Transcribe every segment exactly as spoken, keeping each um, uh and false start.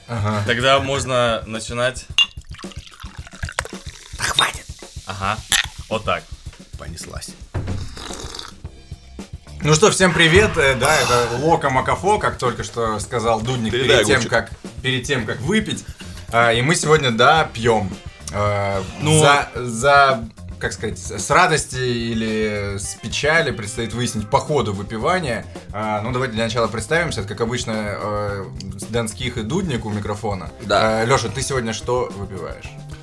Ага. Тогда можно начинать. Да хватит. Ага. Вот так. Понеслась. Ну что, всем привет. Да, это Лока Макафо, как только что сказал Дудник, перед тем, как, перед тем, как выпить. И мы сегодня, да, пьем. Ну... За, за, как сказать, с радости или с печали предстоит выяснить по ходу выпивания. Ну, давайте для начала представимся. Это, как обычно, Донских и Дудник у микрофона. Да. Лёша, ты сегодня что выпиваешь?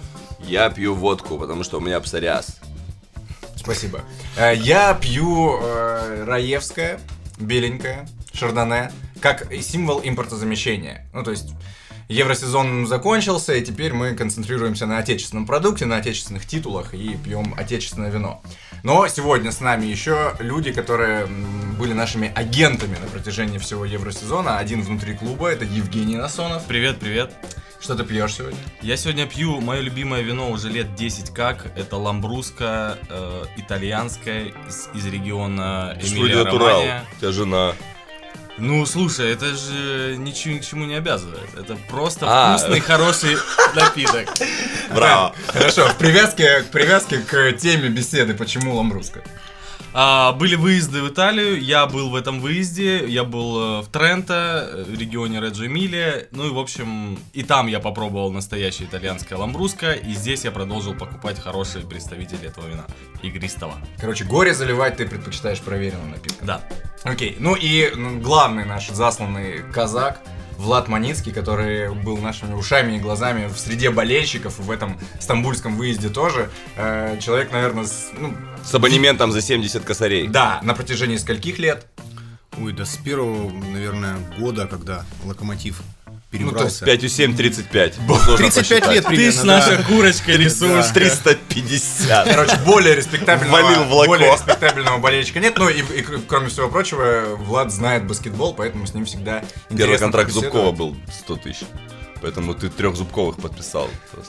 Я пью водку, потому что у меня псориаз. Спасибо. Я пью э, раевское, беленькое, шардоне, как символ импортозамещения. Ну, то есть, евросезон закончился, и теперь мы концентрируемся на отечественном продукте, на отечественных титулах и пьем отечественное вино. Но сегодня с нами еще люди, которые были нашими агентами на протяжении всего евросезона. Один внутри клуба, это Евгений Насонов. Привет, привет. Что ты пьешь сегодня? Я сегодня пью мое любимое вино уже лет десять как. Это ламбруска, э, итальянское, из, из региона Эмилия-Романья. У тебя жена. Ну, слушай, это же ничего ни к чему не обязывает. Это просто А. вкусный, хороший напиток. Браво. Хорошо, в привязке, в привязке к теме беседы, почему ламбруска? А, были выезды в Италию, я был в этом выезде, я был в Тренто, в регионе Реджо Эмилия, ну и в общем, и там я попробовал настоящее итальянское ламбруска, и здесь я продолжил покупать хорошие представители этого вина, игристого. Короче, горе заливать ты предпочитаешь проверенным напитком. Да. Окей, ну и ну, главный наш засланный казак Влад Маницкий, который был нашими ушами и глазами в среде болельщиков, в этом стамбульском выезде тоже. Э, человек, наверное, с, ну, С абонементом за семьдесят косарей. да, на протяжении скольких лет? Ой, да с первого, наверное, года, когда Локомотив Ну, перебрался. пять семь тридцать пять. тридцать пять лет Ты примерно, ж да. наша курочка несушка. триста пятьдесят. Короче, более респектабельного, Валил в лако. более респектабельного болельщика нет. Ну и, и кроме всего прочего, Влад знает баскетбол, поэтому с ним всегда интересно Первый контракт побеседовать. Зубкова был сто тысяч. Поэтому ты трех Зубковых подписал.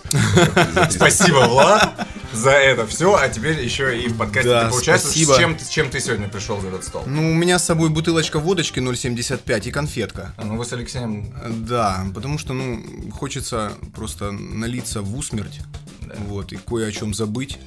Спасибо, Влад, за это все. А теперь еще и в подкасте Да, ты поучаствуешь. спасибо. С чем, с чем ты сегодня пришел за этот стол? Ну, у меня с собой бутылочка водочки ноль семьдесят пять и конфетка. А, ну вы с Алексеем... Да, потому что, ну, хочется просто налиться в усмерть, вот, и кое о чем забыть.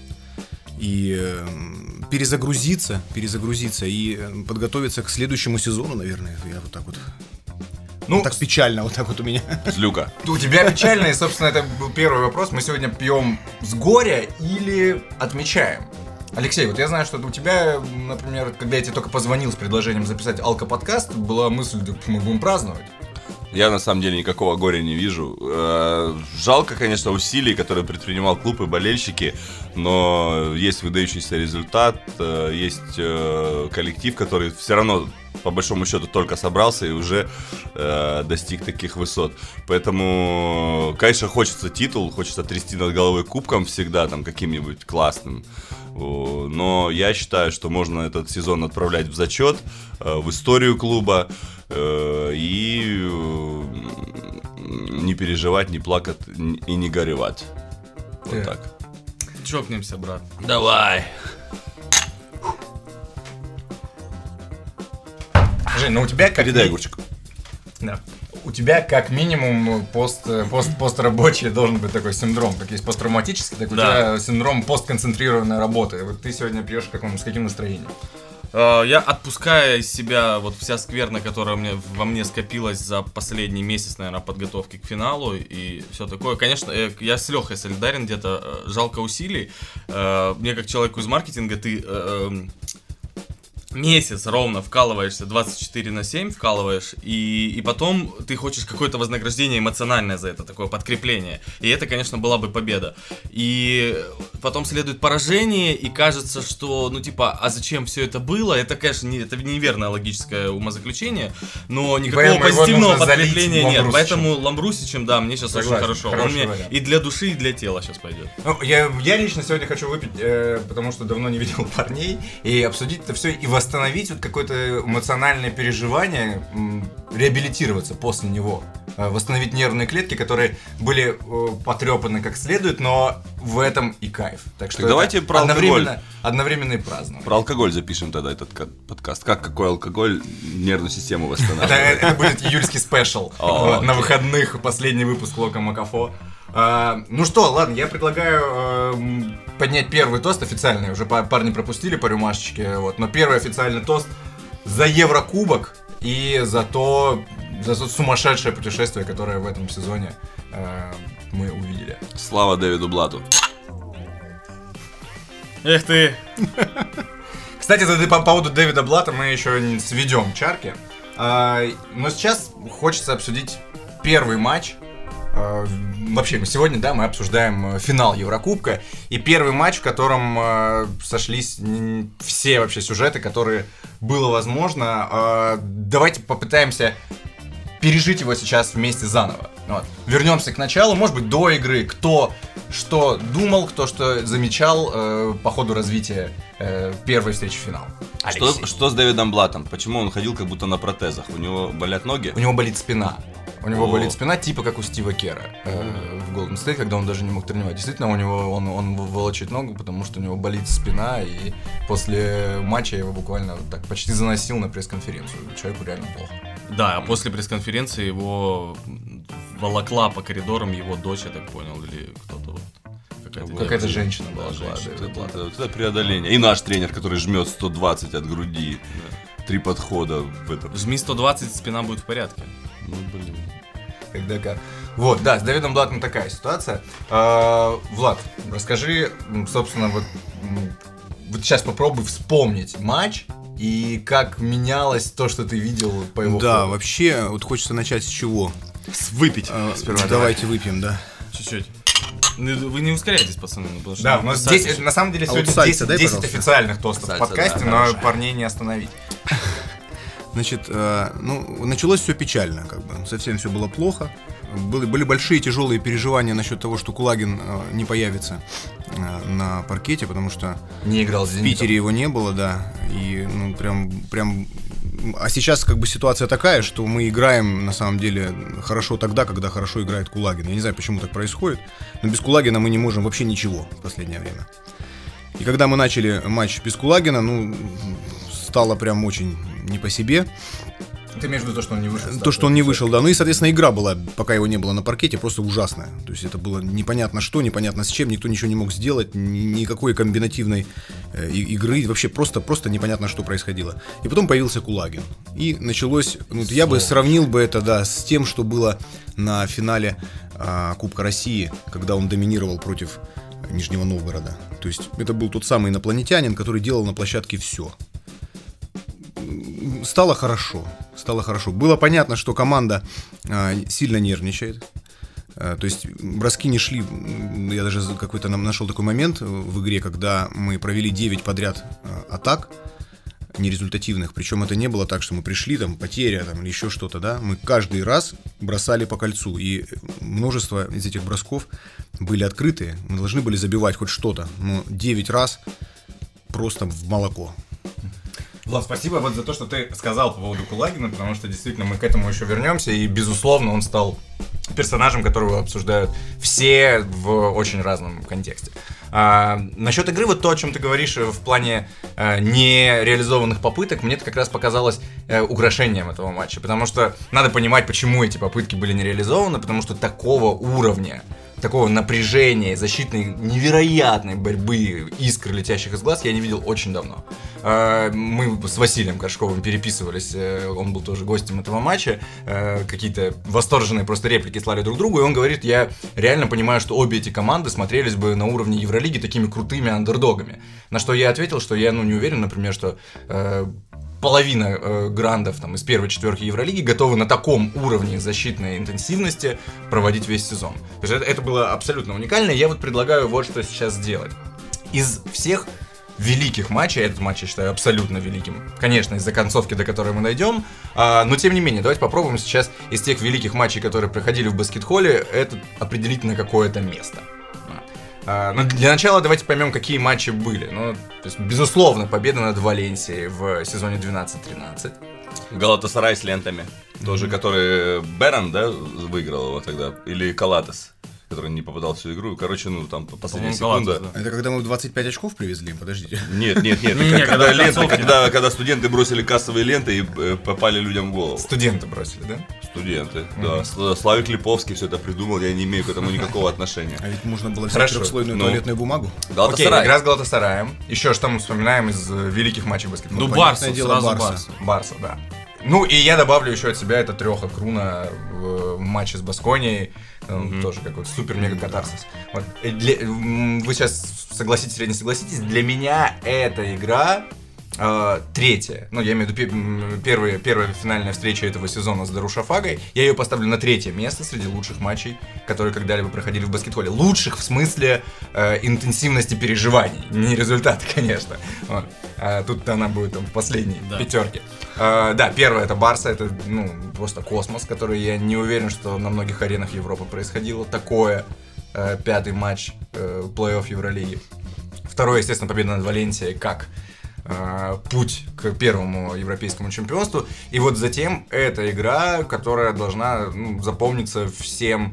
И э, перезагрузиться, перезагрузиться и э, подготовиться к следующему сезону, наверное. Я вот так вот. Ну, Так печально, вот так вот у меня. Злюка. у тебя печально, и, собственно, это был первый вопрос. Мы сегодня пьем с горя или отмечаем? Алексей, вот я знаю, что у тебя, например, когда я тебе только позвонил с предложением записать алко-подкаст, была мысль, да мы будем праздновать. Я на самом деле никакого горя не вижу. Э, Жалко, конечно, усилий, которые предпринимал клуб и болельщики, но есть выдающийся результат, э, есть э, коллектив, который все равно по большому счету только собрался и уже э, достиг таких высот. Поэтому, конечно, хочется титул, хочется трясти над головой кубком всегда, там, каким-нибудь классным. О, Но я считаю, что можно этот сезон отправлять в зачет, э, в историю клуба, э, и э, не переживать, не плакать и не горевать. Вот Так. так. Чокнемся, брат. Давай. Жень, ну у тебя как... Передай ми- огурчик. Да. У тебя как минимум пост, пост, пострабочий должен быть такой синдром, как есть посттравматический, так у Да. тебя синдром постконцентрированной работы. Вот ты сегодня пьешь в каком, с каким настроением? Э, Я отпускаю из себя вот вся скверна, которая у меня, во мне скопилась за последний месяц, наверное, подготовки к финалу и все такое. Конечно, э, я с Лехой солидарен, где-то э, жалко усилий. Э, Мне как человеку из маркетинга ты... э, эм, месяц ровно вкалываешься, двадцать четыре на семь вкалываешь, и, и потом ты хочешь какое-то вознаграждение эмоциональное за это, такое подкрепление. И это, конечно, была бы победа. И потом следует поражение, и кажется, что, ну, типа, а зачем все это было? Это, конечно, не, это неверное логическое умозаключение, но никакого Поэтому его позитивного нужно залить подкрепления нет. ламбрусичем. Поэтому ламбрусичем, да, мне сейчас очень Согласен, хорошо. Он хороший мне вариант. и для души, и для тела сейчас пойдет. Ну, я, я лично сегодня хочу выпить, э, потому что давно не видел парней, и обсудить это все, и восстановить вот какое-то эмоциональное переживание, реабилитироваться после него, восстановить нервные клетки, которые были потрепаны как следует, но в этом и кайф. Так что так давайте про одновременно, алкоголь. одновременно и праздновать. Про алкоголь запишем тогда этот подкаст. Как какой алкоголь нервную систему восстанавливает? Это будет июльский спешл на выходных, последний выпуск Лока Макафо. Uh, ну что, ладно, я предлагаю uh, поднять первый тост официальный. Уже парни пропустили по рюмашечке, вот. Но первый официальный тост за Еврокубок и за то, за то сумасшедшее путешествие, которое в этом сезоне uh, мы увидели. Слава Дэвиду Блатту. Эх ты. Кстати, по поводу Дэвида Блатта мы еще сведем чарки. uh, Но сейчас хочется обсудить первый матч. Вообще, сегодня, да, мы обсуждаем финал Еврокубка. И первый матч, в котором э, сошлись все вообще сюжеты, которые было возможно. Э, давайте попытаемся пережить его сейчас вместе заново. Вот. Вернемся к началу, может быть, до игры. Кто что думал, кто что замечал э, по ходу развития э, первой встречи в финал. Что, что с Дэвидом Блаттом? Почему он ходил как будто на протезах? У него болят ноги? У него болит спина. У него О. болит спина, типа как у Стива Кера э, в Golden State, когда он даже не мог тренировать. Действительно, у него он, он волочит ногу, потому что у него болит спина, и после матча я его буквально так почти заносил на пресс-конференцию. Человеку реально плохо. Да, а после пресс-конференции его волокла по коридорам его дочь, я так понял, или кто-то вот. Какая-то, какая-то женщина была. Женщина. Это, это, это, это преодоление. И наш тренер, который жмет сто двадцать от груди. Да. Три подхода в этом. Жми сто двадцать, спина будет в порядке. Ну, блин. Когда как. Вот, да, с Дэвидом Блаттом такая ситуация. А, Влад, расскажи, собственно, вот, вот сейчас попробуй вспомнить матч и как менялось то, что ты видел по его Да, ходу. Вообще, вот хочется начать с чего? Выпить А, сперва. Давайте выпьем, да. Чуть-чуть. Вы не ускоряйтесь, пацаны. Потому что Да, у нас здесь, на самом деле, А сегодня вот сальса десять, дай, десять пожалуйста. официальных тостов Сальса, в подкасте, да, но хорошая. парней не остановить. Значит, э, ну, началось все печально, как бы, совсем все было плохо. Были, были большие тяжелые переживания насчет того, что Кулагин э, не появится э, на паркете, потому что Не играл с в «Зенитом». Питере его не было, да. И, ну, прям, прям... А сейчас, как бы, ситуация такая, что мы играем, на самом деле, хорошо тогда, когда хорошо играет Кулагин. Я не знаю, почему так происходит, но без Кулагина мы не можем вообще ничего в последнее время. И когда мы начали матч без Кулагина, ну, стало прям очень не по себе. Ты имеешь в виду то, что он не вышел? То, что он не вышел, да. Ну и, соответственно, игра была, пока его не было на паркете, просто ужасная. То есть это было непонятно что, непонятно с чем, никто ничего не мог сделать, ни- никакой комбинативной э, и- игры, вообще просто, просто непонятно, что происходило. И потом появился Кулагин. И началось, ну, я бы сравнил бы это, да, с тем, что было на финале э, Кубка России, когда он доминировал против Нижнего Новгорода. То есть это был тот самый инопланетянин, который делал на площадке все. Стало хорошо, стало хорошо. Было понятно, что команда э, сильно нервничает. Э, то есть броски не шли. Я даже какой-то нам нашел такой момент в игре, когда мы провели девять подряд э, атак нерезультативных. Причем это не было так, что мы пришли, там, потеря там, или еще что-то, да. Мы каждый раз бросали по кольцу. И множество из этих бросков были открытые. Мы должны были забивать хоть что-то. Но девять раз просто в молоко. Влад, спасибо вот за то, что ты сказал по поводу Кулагина, потому что действительно мы к этому еще вернемся, и безусловно он стал персонажем, которого обсуждают все в очень разном контексте. А, насчет игры, вот то, о чем ты говоришь в плане а, нереализованных попыток, мне это как раз показалось а, украшением этого матча, потому что надо понимать, почему эти попытки были не реализованы, потому что такого уровня, такого напряжения, защитной невероятной борьбы, искр, летящих из глаз, я не видел очень давно. Мы с Василием Горшковым переписывались, он был тоже гостем этого матча, какие-то восторженные просто реплики слали друг другу, и он говорит, я реально понимаю, что обе эти команды смотрелись бы на уровне Евролиги такими крутыми андердогами. На что я ответил, что я ну, не уверен, например, что половина э, грандов там, из первой четверки Евролиги готовы на таком уровне защитной интенсивности проводить весь сезон. То есть это, это было абсолютно уникально. Я вот предлагаю вот что сейчас сделать. Из всех великих матчей, этот матч я считаю абсолютно великим, конечно, из-за концовки, до которой мы дойдем, а, но тем не менее, давайте попробуем сейчас из тех великих матчей, которые проходили в баскетболе, это определить на какое-то место. А, ну, для начала давайте поймем, какие матчи были. Ну, то есть, безусловно, победа над Валенсией в сезоне двенадцать-тринадцать. Галатасарай с лентами. Тоже, который Берн, да, выиграл его тогда. Или Калатас, который не попадал всю игру. Короче, ну там последняя секунда. Галатас, да. Это когда мы двадцать пять очков привезли? Подождите. Нет, нет, нет. Не, это не, когда, когда в ленты, концовке. когда, когда студенты бросили кассовые ленты и э, попали людям в голову. Студенты бросили, да? Студенты, да. Сл- Славик Липовский все это придумал, я не имею к этому никакого отношения. А ведь можно было взять Хорошо. трехслойную Ну. туалетную бумагу. Окей, Галатасарай. игра с Галатасараем. Еще что мы вспоминаем из э, великих матчей баскетбола? Ну, понятное Барса, дело, сразу Барса. Барса. Барса, да. Ну, и я добавлю еще от себя, это треха Круна в, в матче с Басконией. Там Мгм. тоже какой-то супер-мега-катарсис. Вот. И для- м, вы сейчас согласитесь или не согласитесь, для меня эта игра э, третья. Ну, я имею в виду пе- м, первая, первая финальная встреча этого сезона с Дарушафагой. Я ее поставлю на третье место среди лучших матчей, которые когда-либо проходили в баскетболе. Лучших в смысле э, интенсивности переживаний. Не результаты, конечно. Вот. А тут она будет там в последней Да. пятерке. Э, да, первое это Барса, это ну, просто космос, который я не уверен, что на многих аренах Европы происходило такое. Э, пятый матч э, плей-офф Евролиги. Второе, естественно, победа над Валенсией как э, путь к первому европейскому чемпионству. И вот затем эта игра, которая должна ну, запомниться всем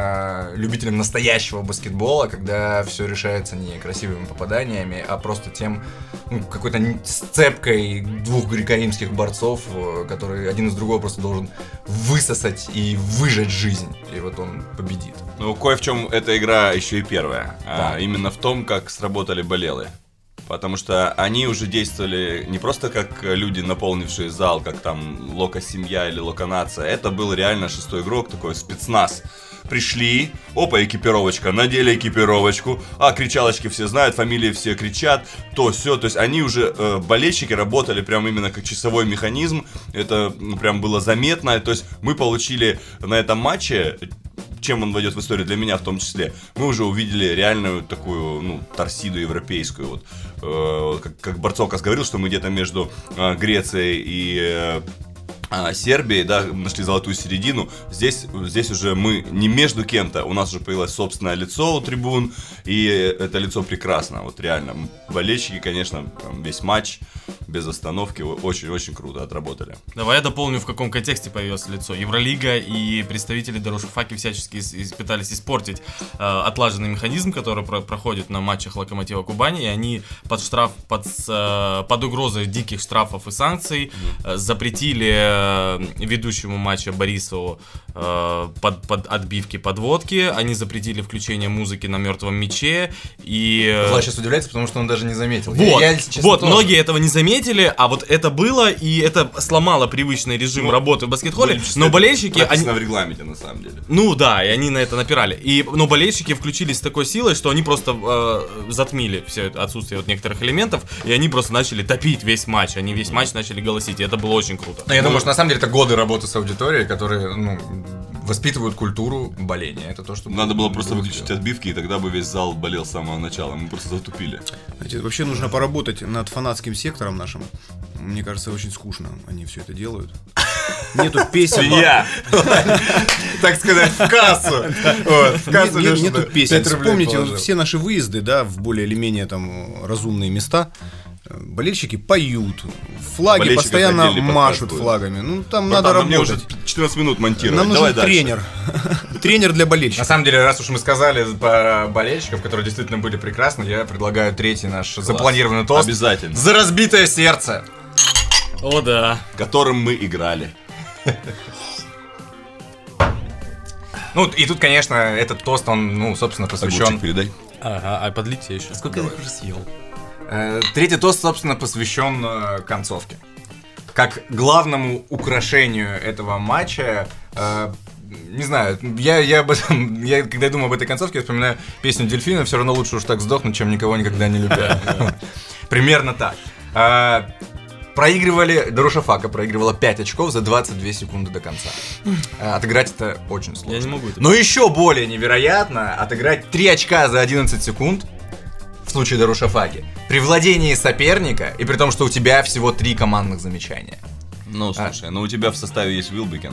э, любителям настоящего баскетбола, когда все решается не красивыми попаданиями, а просто тем, ну, какой-то н- сцепкой двух греко-римских борцов, э, который один из другого просто должен высосать и выжать жизнь. И вот он победит. Ну, кое в чем эта игра еще и первая. А, Да. именно в том, как сработали болелы. Потому что они уже действовали не просто как люди, наполнившие зал, как там Лока-семья или Лока-нация. Это был реально шестой игрок, такой спецназ. Пришли, опа, экипировочка, надели экипировочку, а кричалочки все знают, фамилии все кричат, то все, то есть они уже, э, болельщики работали прям именно как часовой механизм, это ну, прям было заметно, то есть мы получили на этом матче, чем он войдет в историю для меня в том числе, мы уже увидели реальную такую, ну, торсиду европейскую, вот, э, как, как Барцовкас говорил, что мы где-то между э, Грецией и э, а, Сербии, да, нашли золотую середину. Здесь, здесь уже мы не между кем-то, у нас уже появилось собственное лицо у трибун, и это лицо прекрасно, вот реально. Болельщики, конечно, там весь матч без остановки очень-очень круто отработали. Давай я дополню, в каком контексте появилось лицо. Евролига и представители Дарушафаки всячески ис- ис- пытались испортить э, отлаженный механизм, который про- проходит на матчах Локомотива Кубани, и они под штраф, под, с, э, под угрозой диких штрафов и санкций э, запретили э, ведущему матча Борисову э, под, под отбивки, подводки, они запретили включение музыки на мертвом мяче, и... э, Влад сейчас удивляется, потому что он даже не заметил. Вот, Я- я, если честно, вот тоже. многие этого не заметили, а вот это было, и это сломало привычный режим Ну, работы в баскет-холле, Болельщики, но это болельщики, они... прописано в регламенте, на самом деле. Ну да, и они на это напирали. И, но болельщики включились с такой силой, что они просто э, затмили все это отсутствие вот некоторых элементов, и они просто начали топить весь матч, они весь матч начали голосить, и это было очень круто. Но я думаю, что на самом деле это годы работы с аудиторией, которые ну, воспитывают культуру боления. Это то, что Надо было просто будет выключить делать. отбивки, и тогда бы весь зал болел с самого начала. Мы просто затупили. Знаете, вообще нужно поработать над фанатским сектором нашим. Мне кажется, очень скучно они все это делают. Нету песен. Свинья! Так сказать, в кассу. Вот, в кассу Нет- Леша, нету да, песен. пять рублей Вспомните положил. вот все наши выезды, да, в более или менее там разумные места. Болельщики поют, флаги Болельщиков постоянно отдельный подкаст машут будет. флагами. Ну там Братан, надо ну мне уже работать. четырнадцать минут монтировать. Нам Давай нужен дальше. тренер. Тренер для На болельщиков. самом деле, раз уж мы сказали про болельщиков, которые действительно были прекрасны, я предлагаю третий наш запланированный тост. Обязательно. За разбитое сердце. О да. Которым мы играли. Ну, и тут, конечно, этот тост, он, ну, собственно, посвящен... Огурчик передай. Ага, а подлите еще. Сколько я их уже съел? Э, Третий тост, собственно, посвящен э, концовке. Как главному украшению этого матча, э, не знаю, я, я об этом, я когда думаю об этой концовке, я вспоминаю песню Дельфина, все равно лучше уж так сдохнуть, чем никого никогда не любя. Примерно так. Э, Проигрывали, Дарушафака проигрывала пять очков за двадцать две секунды до конца. Э, Отыграть это очень сложно. Я не могу это. Но еще более невероятно отыграть три очка за одиннадцать секунд в случае Дарушафаки при владении соперника и при том, что у тебя всего три командных замечания. Ну, слушай, ну у тебя в составе есть Уилбекен.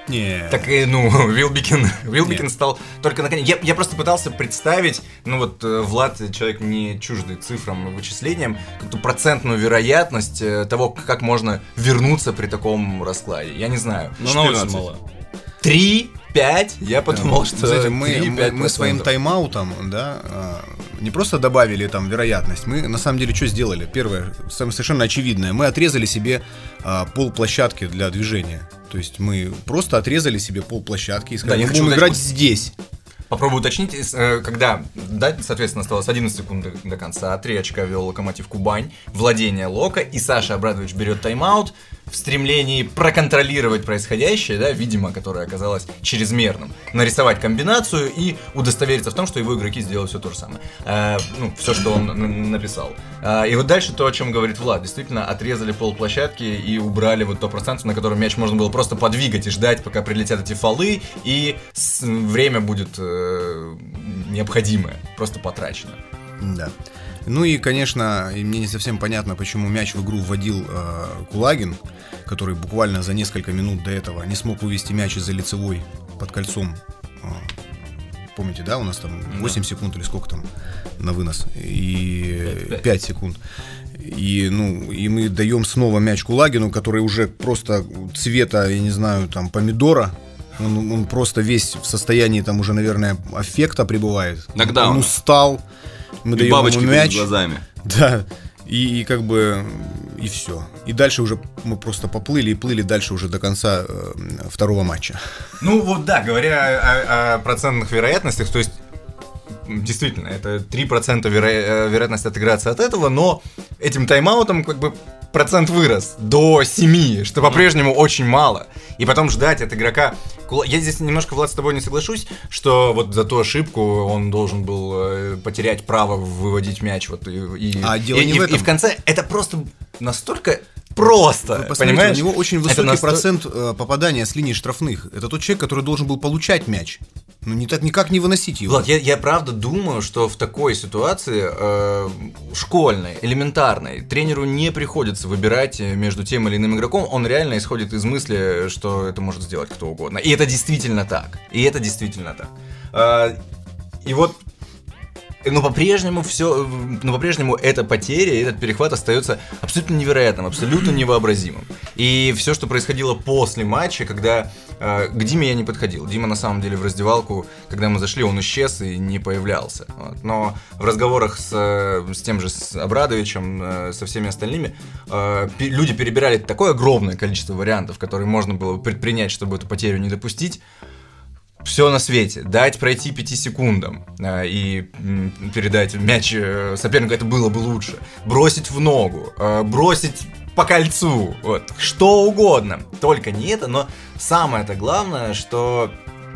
Не. Так и, ну, Уилбекин, Уилбекин стал только наконец. Я, я просто пытался представить, ну вот э, Влад человек не чуждый цифрам и вычислениям, какую-то процентную вероятность э, того, как можно вернуться при таком раскладе. Я не знаю. Ну, она очень мало. Три, пять? Я подумал, Да, что знаете, мы, три, мы, мы своим тайм-аутом, да, а, не просто добавили там вероятность, мы на самом деле что сделали? Первое, самое совершенно очевидное, мы отрезали себе а, полплощадки для движения. То есть мы просто отрезали себе полплощадки и сказали, Да, я мы хочу будем уточнить. играть здесь. Попробую уточнить, э, когда, да, соответственно, осталось одиннадцать секунд до, до конца, три очка вел Локомотив Кубань, владение Лока, и Саша Абрадович берет тайм-аут в стремлении проконтролировать происходящее, да, видимо, которое оказалось чрезмерным, нарисовать комбинацию и удостовериться в том, что его игроки сделали все то же самое, э, ну, все, что он н- написал. Э, и вот дальше то, о чем говорит Влад, действительно, отрезали полплощадки и убрали вот то пространство, на котором мяч можно было просто подвигать и ждать, пока прилетят эти фолы, и с- время будет э, необходимое, просто потрачено. Да. Ну и, конечно, и мне не совсем понятно, почему мяч в игру вводил э, Кулагин, который буквально за несколько минут до этого не смог вывести мяч из-за лицевой под кольцом. Э, помните, да, у нас там восемь да. секунд или сколько там на вынос? И пять секунд. И, ну, и мы даем снова мяч Кулагину, который уже просто цвета, я не знаю, там, помидора. Он, он просто весь в состоянии, там, уже, наверное, аффекта пребывает. Нокдаун. Он устал. Мы и даем бабочки ему мяч. перед глазами. Да. И, и как бы и все. И дальше уже мы просто поплыли и плыли дальше уже до конца э, второго матча. Ну вот да, говоря о, о процентных вероятностях, то есть действительно, это три процента веро- вероятность отыграться от этого, но этим тайм-аутом как бы процент вырос до семи, что по-прежнему очень мало. И потом ждать от игрока... Я здесь немножко, Влад, с тобой не соглашусь, что вот за ту ошибку он должен был э, потерять право выводить мяч. Вот, и, и, а дело и, не и, в этом. И в конце это просто настолько... Просто, Вы посмотрите, понимаешь? у него очень высокий насто... процент э, попадания с линии штрафных. Это тот человек, который должен был получать мяч. Ну, не так, никак не выносить его. Влад, я, я правда думаю, что в такой ситуации э, школьной, элементарной, тренеру не приходится выбирать между тем или иным игроком. Он реально исходит из мысли, что это может сделать кто угодно. И это действительно так. И это действительно так. Э, и вот... Но по-прежнему все, но по-прежнему эта потеря, этот перехват остается абсолютно невероятным, абсолютно невообразимым. И все, что происходило после матча, когда э, к Диме я не подходил. Дима на самом деле в раздевалку, когда мы зашли, он исчез и не появлялся. Вот. Но в разговорах с, с тем же с Абрадовичем, э, со всеми остальными, э, пи- люди перебирали такое огромное количество вариантов, которые можно было предпринять, чтобы эту потерю не допустить. Все на свете. Дать пройти пяти секундам э, и м, передать мяч э, сопернику, это было бы лучше. Бросить в ногу, э, бросить по кольцу, вот, что угодно. Только не это, но самое-то главное, что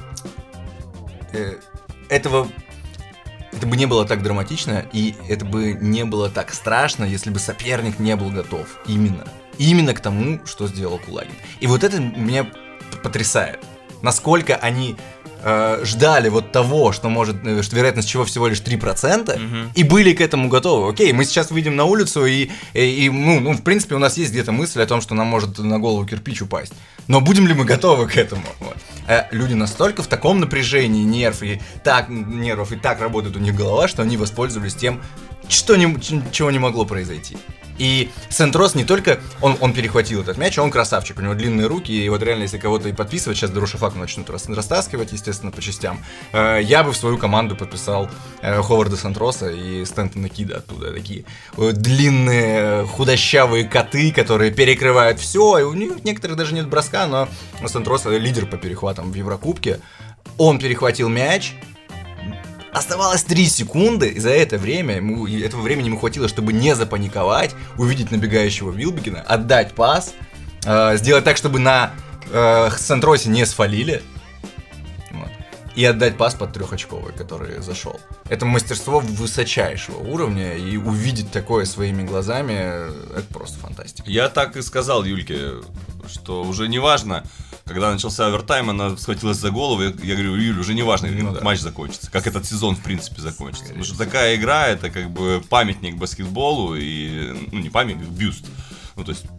э, этого... Это бы не было так драматично, и это бы не было так страшно, если бы соперник не был готов. Именно. Именно к тому, что сделал Кулагин. И вот это меня потрясает. Насколько они э, ждали вот того, что может, что вероятность чего всего лишь три процента, mm-hmm. и были к этому готовы. Окей, мы сейчас выйдем на улицу, и, и, и ну, ну, в принципе, у нас есть где-то мысль о том, что нам может на голову кирпич упасть. Но будем ли мы готовы к этому? Вот. А люди настолько в таком напряжении нерв и так, нервов, и так работает у них голова, что они воспользовались тем, что не, чего не могло произойти. И Сентрос не только, он, он перехватил этот мяч, он красавчик, у него длинные руки, и вот реально, если кого-то и подписывать, сейчас Дорошефаку начнут растаскивать, естественно, по частям, э, я бы в свою команду подписал э, Ховарда Сентроса и Стэнтона Кида оттуда, такие э, длинные, худощавые коты, которые перекрывают все, и у них некоторых даже нет броска, но Сентрос лидер по перехватам в Еврокубке, он перехватил мяч. Оставалось три секунды, и за это время, ему, этого времени ему хватило, чтобы не запаниковать, увидеть набегающего Уилбекина, отдать пас, э, сделать так, чтобы на э, Сентросе не сфолили, вот, и отдать пас под трехочковый, который зашел. Это мастерство высочайшего уровня, и увидеть такое своими глазами, это просто фантастика. Я так и сказал Юльке, что уже не важно. Когда начался овертайм, она схватилась за голову. Я, я говорю, Юль, уже не важно, как ну, этот да. матч закончится, как этот сезон в принципе закончится. Потому что такая игра, это как бы памятник баскетболу и, ну не памятник, бюст. Ну то есть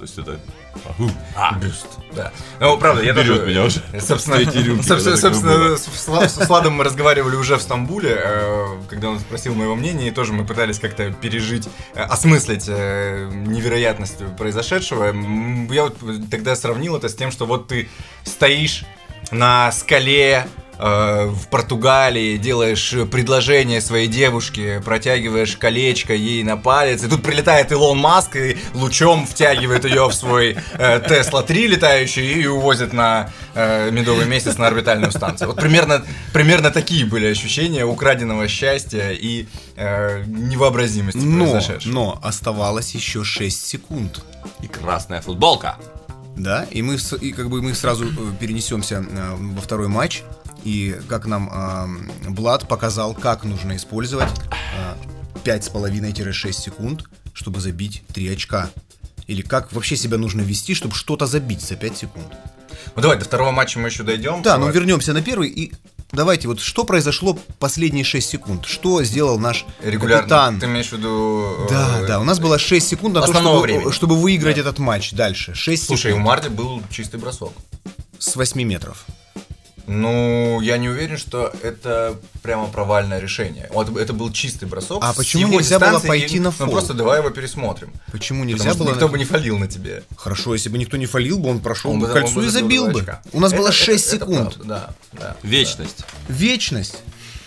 есть это... А, бюст, да. Ну, правда, я Берет тоже... меня уже. Собственно, рюмки, собственно, когда такое собственно с, с Владом мы разговаривали уже в Стамбуле, э, когда он спросил моего мнения, и тоже мы пытались как-то пережить, э, осмыслить э, невероятность произошедшего. М, Я вот тогда сравнил это с тем, что вот ты стоишь на скале э, в Португалии, делаешь предложение своей девушке, протягиваешь колечко ей на палец, и тут прилетает Илон Маск и лучом втягивает ее в свой Тесла три летающий и увозит на э, медовый месяц на орбитальную станцию. Вот примерно, примерно такие были ощущения украденного счастья и э, невообразимости Но, произошедшего. но оставалось еще шесть секунд. И красная футболка. Да, и мы, с- и как бы мы сразу э, перенесемся э, во второй матч. И как нам э, Влад показал, как нужно использовать э, пять с половиной - шесть секунд, чтобы забить три очка. Или как вообще себя нужно вести, чтобы что-то забить за пять секунд. Ну давай, до второго матча мы еще дойдем. Да, но Вот. вернемся на первый и давайте, вот что произошло последние шесть секунд? Что сделал наш Регулярно. капитан? Ты имеешь в виду... э, Да, да, у нас было шесть секунд на то, основного чтобы, времени. чтобы выиграть этот матч дальше. шесть Слушай, у секунд Марти был чистый бросок. с восьми метров. Ну, я не уверен, что это прямо провальное решение. Вот это был чистый бросок. А с почему его нельзя было дистанции, пойти и- на Ну, фол? просто давай его пересмотрим. Почему нельзя Потому что было... никто на- бы не фалил на тебе. Хорошо, если бы никто не фалил бы, он прошел Он бы бы- к кольцу он бы и забил забил бы. очка. У нас Это- было это- шесть это секунд. правда, Да, да. Вечность. Вечность.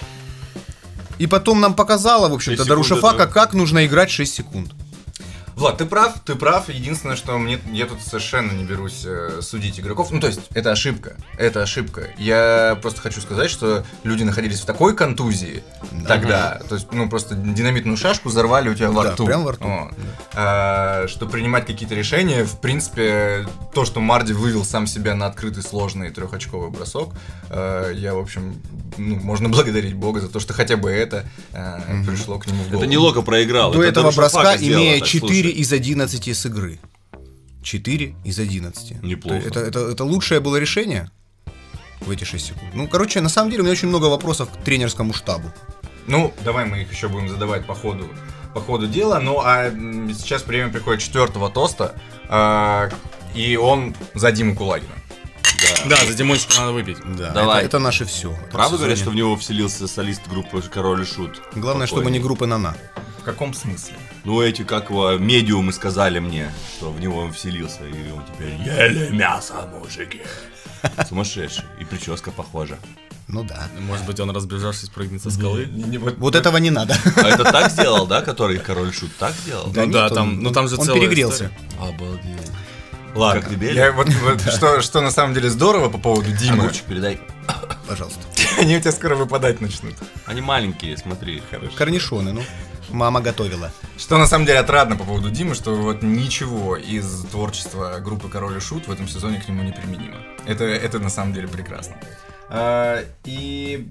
И потом нам показала, в общем-то, шесть Даруша секунд Фака, это- как нужно играть шесть секунд. Влад, ты прав, ты прав. Единственное, что мне, я тут совершенно не берусь э, судить игроков. Ну, то есть, это ошибка. Это ошибка. Я просто хочу сказать, что люди находились в такой контузии тогда. То есть, ну, просто динамитную шашку взорвали у тебя во Да, рту. прям во рту. Вот. А, что принимать какие-то решения, в принципе, то, что Марди вывел сам себя на открытый сложный трехочковый бросок, э, я, в общем, ну, можно благодарить Бога за то, что хотя бы это э, пришло к нему в голову. Это не Лока проиграл. До это этого Даруша броска, Фака сделала имея так, четыре слушай. из одиннадцати с игры. четыре из одиннадцати. Неплохо. Это, это, это лучшее было решение в эти шесть секунд. Ну, короче, на самом деле у меня очень много вопросов к тренерскому штабу. Ну, давай мы их еще будем задавать по ходу, по ходу дела. Ну, а м, сейчас время приходит четвертого тоста, а, и он за Диму Кулагина. Да, за Димончика надо выпить. Да, Давай. Это, это наше все. Правда говорят, что в него вселился солист группы Король и Шут? Главное, чтобы Покойный. не группы Нана. В каком смысле? Ну, эти, как его, медиумы сказали мне, что в него он вселился, и он теперь ели мясо, мужики. Сумасшедший. И прическа похожа. Ну да. Может быть, он, разбежавшись, прыгнет со скалы? Вот этого не надо. А это так сделал, да, который Король и Шут? Так сделал? Ну да, нет, там, он- ну там же он целая перегрелся. история. Обалдеть. Ладно. Как ребели? Я вот, вот что, что на самом деле здорово по поводу Димы, Огурчик передай. Пожалуйста. они у тебя скоро выпадать начнут. Они маленькие, смотри. Хорошо. Корнишоны, ну. Мама готовила. Что на самом деле отрадно по поводу Димы, что вот ничего из творчества группы Король и Шут в этом сезоне к нему не применимо. Это, это на самом деле прекрасно. А, и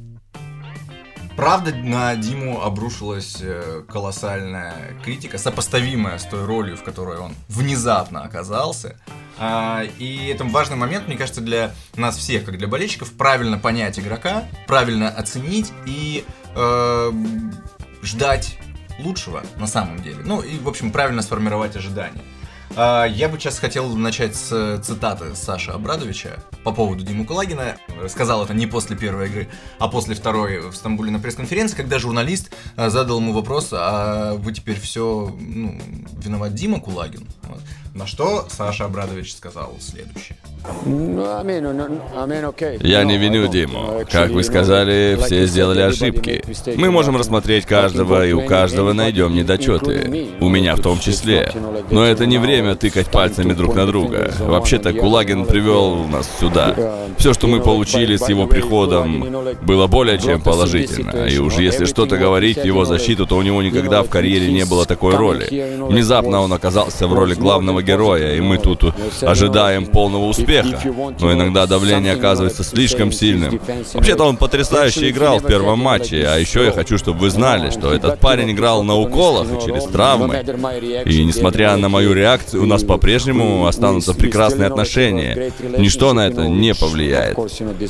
правда на Диму обрушилась э, колоссальная критика, сопоставимая с той ролью, в которой он внезапно оказался. А, и это важный момент, мне кажется, для нас всех, как для болельщиков, правильно понять игрока, правильно оценить и э, ждать лучшего на самом деле. Ну и, в общем, правильно сформировать ожидания. А, Я бы сейчас хотел начать с цитаты Саши Абрадовича по поводу Димы Кулагина. Сказал это не после первой игры, а после второй в Стамбуле на пресс-конференции, когда журналист а, задал ему вопрос: а вы теперь все, ну, виноват Дима Кулагин? Вот. На что Саша Абрадович сказал следующее. Я не виню Диму. Как вы сказали, все сделали ошибки. Мы можем рассмотреть каждого, и у каждого найдем недочеты. У меня в том числе. Но это не время тыкать пальцами друг на друга. Вообще-то Кулагин привел нас сюда. Все, что мы получили с его приходом, было более чем положительно. И уж если что-то говорить в его защиту, то у него никогда в карьере не было такой роли. Внезапно он оказался в роли главного героя, и мы тут ожидаем полного успеха. Но иногда давление оказывается слишком сильным. Вообще-то он потрясающе играл в первом матче, а еще я хочу, чтобы вы знали, что этот парень играл на уколах и через травмы. И несмотря на мою реакцию, у нас по-прежнему останутся прекрасные отношения. Ничто на это не повлияет.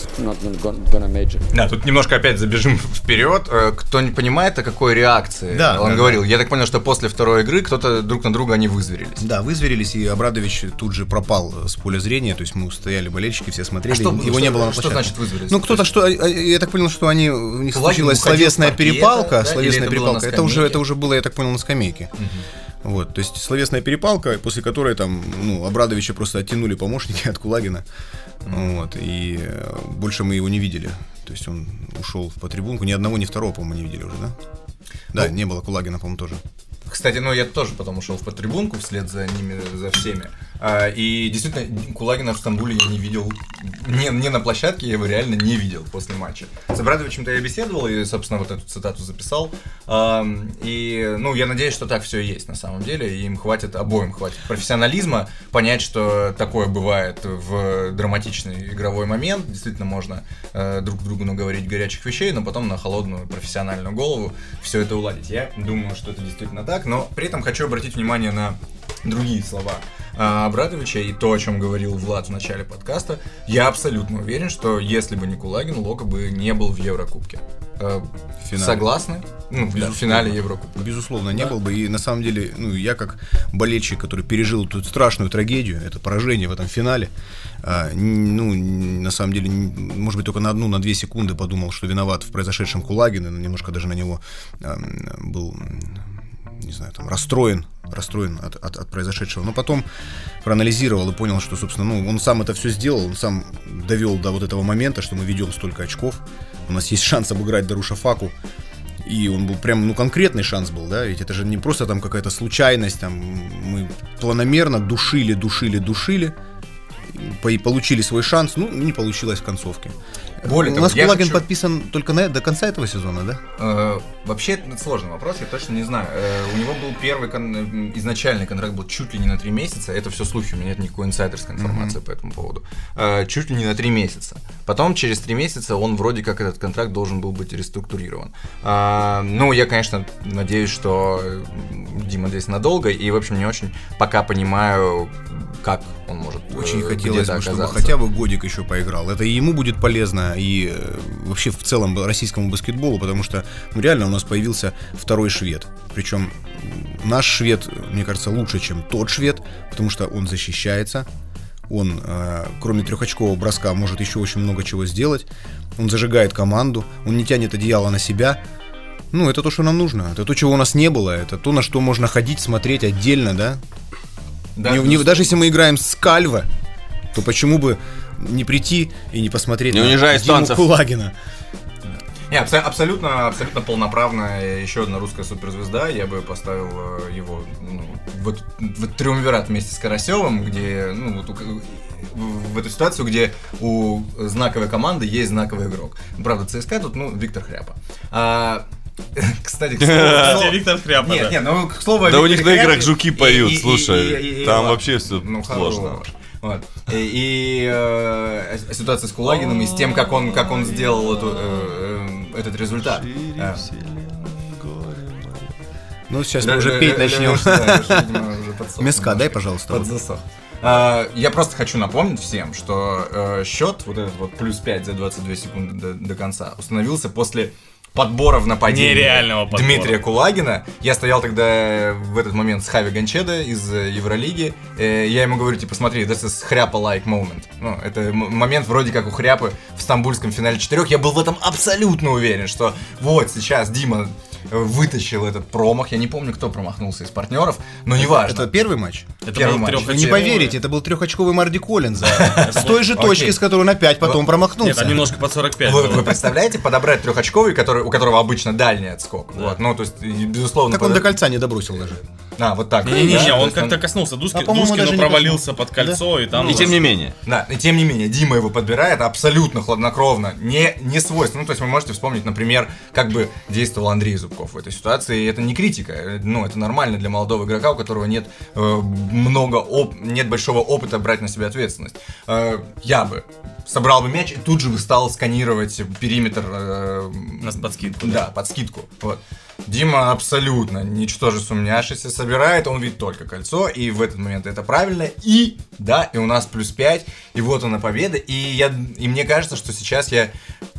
Да, тут немножко опять забежим вперед. Э, Кто не понимает, о какой реакции Да, он да, говорил. Я так понял, что после второй игры кто-то друг на друга они вызверились. Да, вызверились закончились, и Обрадович тут же пропал с поля зрения, то есть мы стояли, болельщики, все смотрели, а что, его что, не было на площадке. Что значит вызвались? Ну, кто-то, что, я так понял, что они, у них случилась словесная перепалка, да? словесная это перепалка, это уже, это уже было, я так понял, на скамейке. Угу. Вот, то есть словесная перепалка, после которой там, ну, Обрадовича просто оттянули помощники от Кулагина, mm-hmm. вот, и больше мы его не видели, то есть он ушел по трибунку, ни одного, ни второго, по-моему, не видели уже, да? Да, ну, не было Кулагина, по-моему, тоже. Кстати, ну я тоже потом ушел в подтрибунку вслед за ними, за всеми. А, и действительно, Кулагина в Стамбуле я не видел, не, не на площадке, я его реально не видел после матча. С Обрадовичем-то я беседовал и, собственно, вот эту цитату записал. А, и, ну, я надеюсь, что так все и есть на самом деле. И им хватит, обоим хватит профессионализма понять, что такое бывает в драматичный игровой момент. Действительно, можно э, друг другу наговорить горячих вещей, но потом на холодную профессиональную голову все это уладить. Я думаю, что это действительно так. Но при этом хочу обратить внимание на другие слова Обрадовича и то, о чем говорил Влад в начале подкаста. Я абсолютно уверен, что если бы не Кулагин, Лока бы не был в Еврокубке. Финале. Согласны? Ну, в финале Еврокубка. Безусловно, не да. был бы. И на самом деле, ну, я как болельщик, который пережил эту страшную трагедию, это поражение в этом финале, а, ну, на самом деле, может быть, только на одну, на две секунды подумал, что виноват в произошедшем Кулагин, и немножко даже на него а, был... не знаю, там, расстроен, расстроен от, от, от произошедшего. Но потом проанализировал и понял, что, собственно, ну, он сам это все сделал, он сам довел до вот этого момента, что мы ведем столько очков, у нас есть шанс обыграть Дарушафаку, и он был прям, ну, конкретный шанс был, да, ведь это же не просто там какая-то случайность, там, мы планомерно душили, душили, душили, и получили свой шанс, ну, не получилось в концовке. Более того, у нас Кулагин хочу... подписан только на, до конца этого сезона, да? Э, вообще, это сложный вопрос, я точно не знаю. Э, у него был первый, кон... изначальный контракт был чуть ли не на три месяца. Это все слухи, у меня нет никакой инсайдерской информации mm-hmm. по этому поводу. Э, чуть ли не на три месяца. Потом, через три месяца, он вроде как этот контракт должен был быть реструктурирован. Э, ну, я, конечно, надеюсь, что Дима здесь надолго, и, в общем, не очень пока понимаю, как он может Очень э, хотелось бы, оказаться. Чтобы хотя бы годик еще поиграл. Это и ему будет полезно, и вообще в целом российскому баскетболу, потому что ну, реально у нас появился второй швед. Причем наш швед, мне кажется, лучше, чем тот швед, потому что он защищается, он, э, кроме трехочкового броска, может еще очень много чего сделать, он зажигает команду, он не тянет одеяло на себя. Ну, это то, что нам нужно, это то, чего у нас не было, это то, на что можно ходить, смотреть отдельно, да? да не, не, даже если мы играем с Кальво, то почему бы не прийти и не посмотреть не на Диму Кулагина? Не, абсо- абсолютно, абсолютно полноправная еще одна русская суперзвезда. Я бы поставил его ну, в, в этот триумвират вместе с Карасевым, где ну, вот, в эту ситуацию, где у знаковой команды есть знаковый игрок. Правда, ЦСКА тут, ну, Виктор Хряпа. А, кстати, к слову... Виктор Хряпа, Нет, нет, ну, к слову... Да у них на играх жуки поют, слушай. Там вообще все сложно. Вот. И, и э, ситуация с Кулагиным, и с тем, как он, как он сделал эту, э, э, этот результат. Э. Ну, сейчас мы уже петь начнем. Мяска дай, пожалуйста. Подзасох. Uh, я просто хочу напомнить всем, что uh, счет, вот этот вот плюс пять за двадцать две секунды до, до конца, установился после подбора в нападении нереального подбора Дмитрия Кулагина. Я стоял тогда в этот момент с Хави Гончедо из Евролиги. Я ему говорю, типа, смотри, this is Хряпа-like moment. Ну, это момент вроде как у Хряпы в стамбульском финале четырех. Я был в этом абсолютно уверен, что вот сейчас Дима вытащил этот промах. Я не помню, кто промахнулся из партнеров, но неважно. Это первый матч? Это первый матч. Вы не поверите, это был трехочковый Марди Коллинз с той же точки, с которой на пять потом промахнулся. Нет, там немножко под сорок пять. Вы представляете, подобрать трехочковый, у которого обычно дальний отскок. Вот, ну, то есть, безусловно... Так он до кольца не добросил даже. А, вот так. Не-не-не, он как-то коснулся Дуски, но провалился под кольцо, и там... И тем не менее. Да, и тем не менее, Дима его подбирает абсолютно хладнокровно, не, не свойственно. Ну, то есть вы можете вспомнить, например, как бы действовал Андрей Зубков в этой ситуации. И это не критика, ну, это нормально для молодого игрока, у которого нет э, много, оп- нет большого опыта брать на себя ответственность. Э, я бы собрал бы мяч и тут же бы стал сканировать периметр. Э, Нас под скидку. Да, под скидку. Вот. Дима абсолютно, ничтоже сумняшися, собирает, он видит только кольцо, и в этот момент это правильно, и, да, и у нас плюс пять, и вот она победа, и, я, и мне кажется, что сейчас я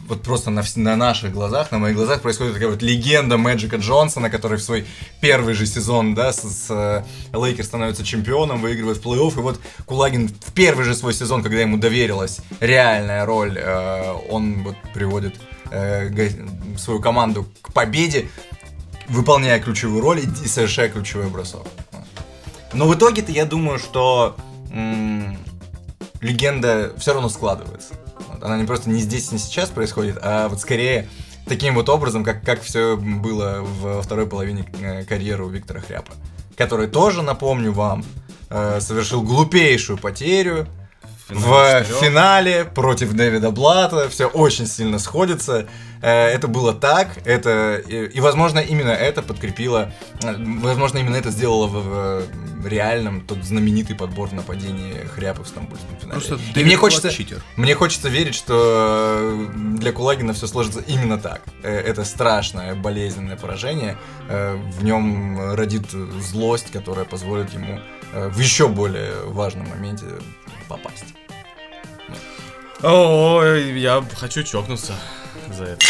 вот просто на, на наших глазах, на моих глазах происходит такая вот легенда Мэджика Джонсона, который в свой первый же сезон, да, с, с Лейкерс становится чемпионом, выигрывает плей-офф, и вот Кулагин в первый же свой сезон, когда ему доверилась реальная роль, э, он вот приводит э, свою команду к победе, выполняя ключевую роль и совершая ключевой бросок. Но в итоге-то я думаю, что м- легенда все равно складывается. Она не просто не здесь, не сейчас происходит, а вот скорее таким вот образом, как, как все было во второй половине карьеры у Виктора Хряпа, который тоже, напомню вам, совершил глупейшую потерю в финале против Дэвида Блата. Все очень сильно сходится. Это было так, это и, и, возможно, именно это подкрепило, возможно, именно это сделало в, в реальном тот знаменитый подбор в нападении Хряпа в стамбульском финале. Просто и мне хочется, мне хочется верить, что для Кулагина все сложится именно так. Это страшное, болезненное поражение. В нем родит злость, которая позволит ему в еще более важном моменте попасть. Ой, я хочу чокнуться за это.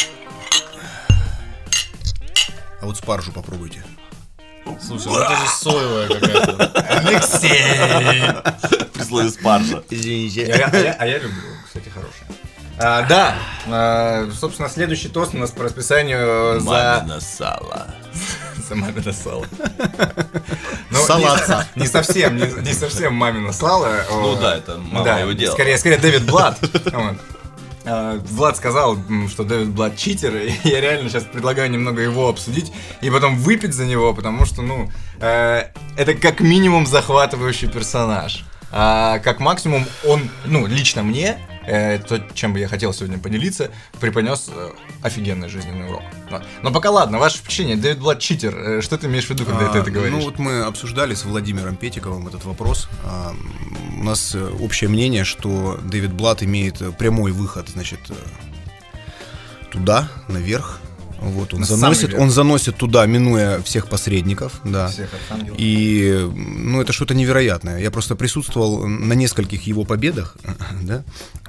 А вот спаржу попробуйте. Слушай, ну это же соевая какая-то. Алексей! При слове спаржа. Извините. А я, а я люблю, кстати, хорошее. А, да, а, собственно, следующий тост у нас по расписанию за... Мамино сало. За мамино сало. Салатца. Не совсем, не совсем мамино сало. Ну да, это мама его делала. Скорее, скорее Дэвид Блат. Влад сказал, что Дэвид Блат читер, и я реально сейчас предлагаю немного его обсудить и потом выпить за него, потому что, ну, э, это как минимум захватывающий персонаж, а как максимум он, ну, лично мне, э, то, чем бы я хотел сегодня поделиться, преподнес э, офигенный жизненный урок. Вот. Но пока ладно, ваше впечатление, Дэвид Блат читер, э, что ты имеешь в виду, когда а, ты это говоришь? Ну вот мы обсуждали с Владимиром Петиковым этот вопрос. А, у нас общее мнение, что Дэвид Блат имеет прямой выход, значит, туда, наверх. Вот, он, заносит, он заносит туда, минуя всех посредников, да. Всех архангелов. И, ну, это что-то невероятное. Я просто присутствовал на нескольких его победах, да,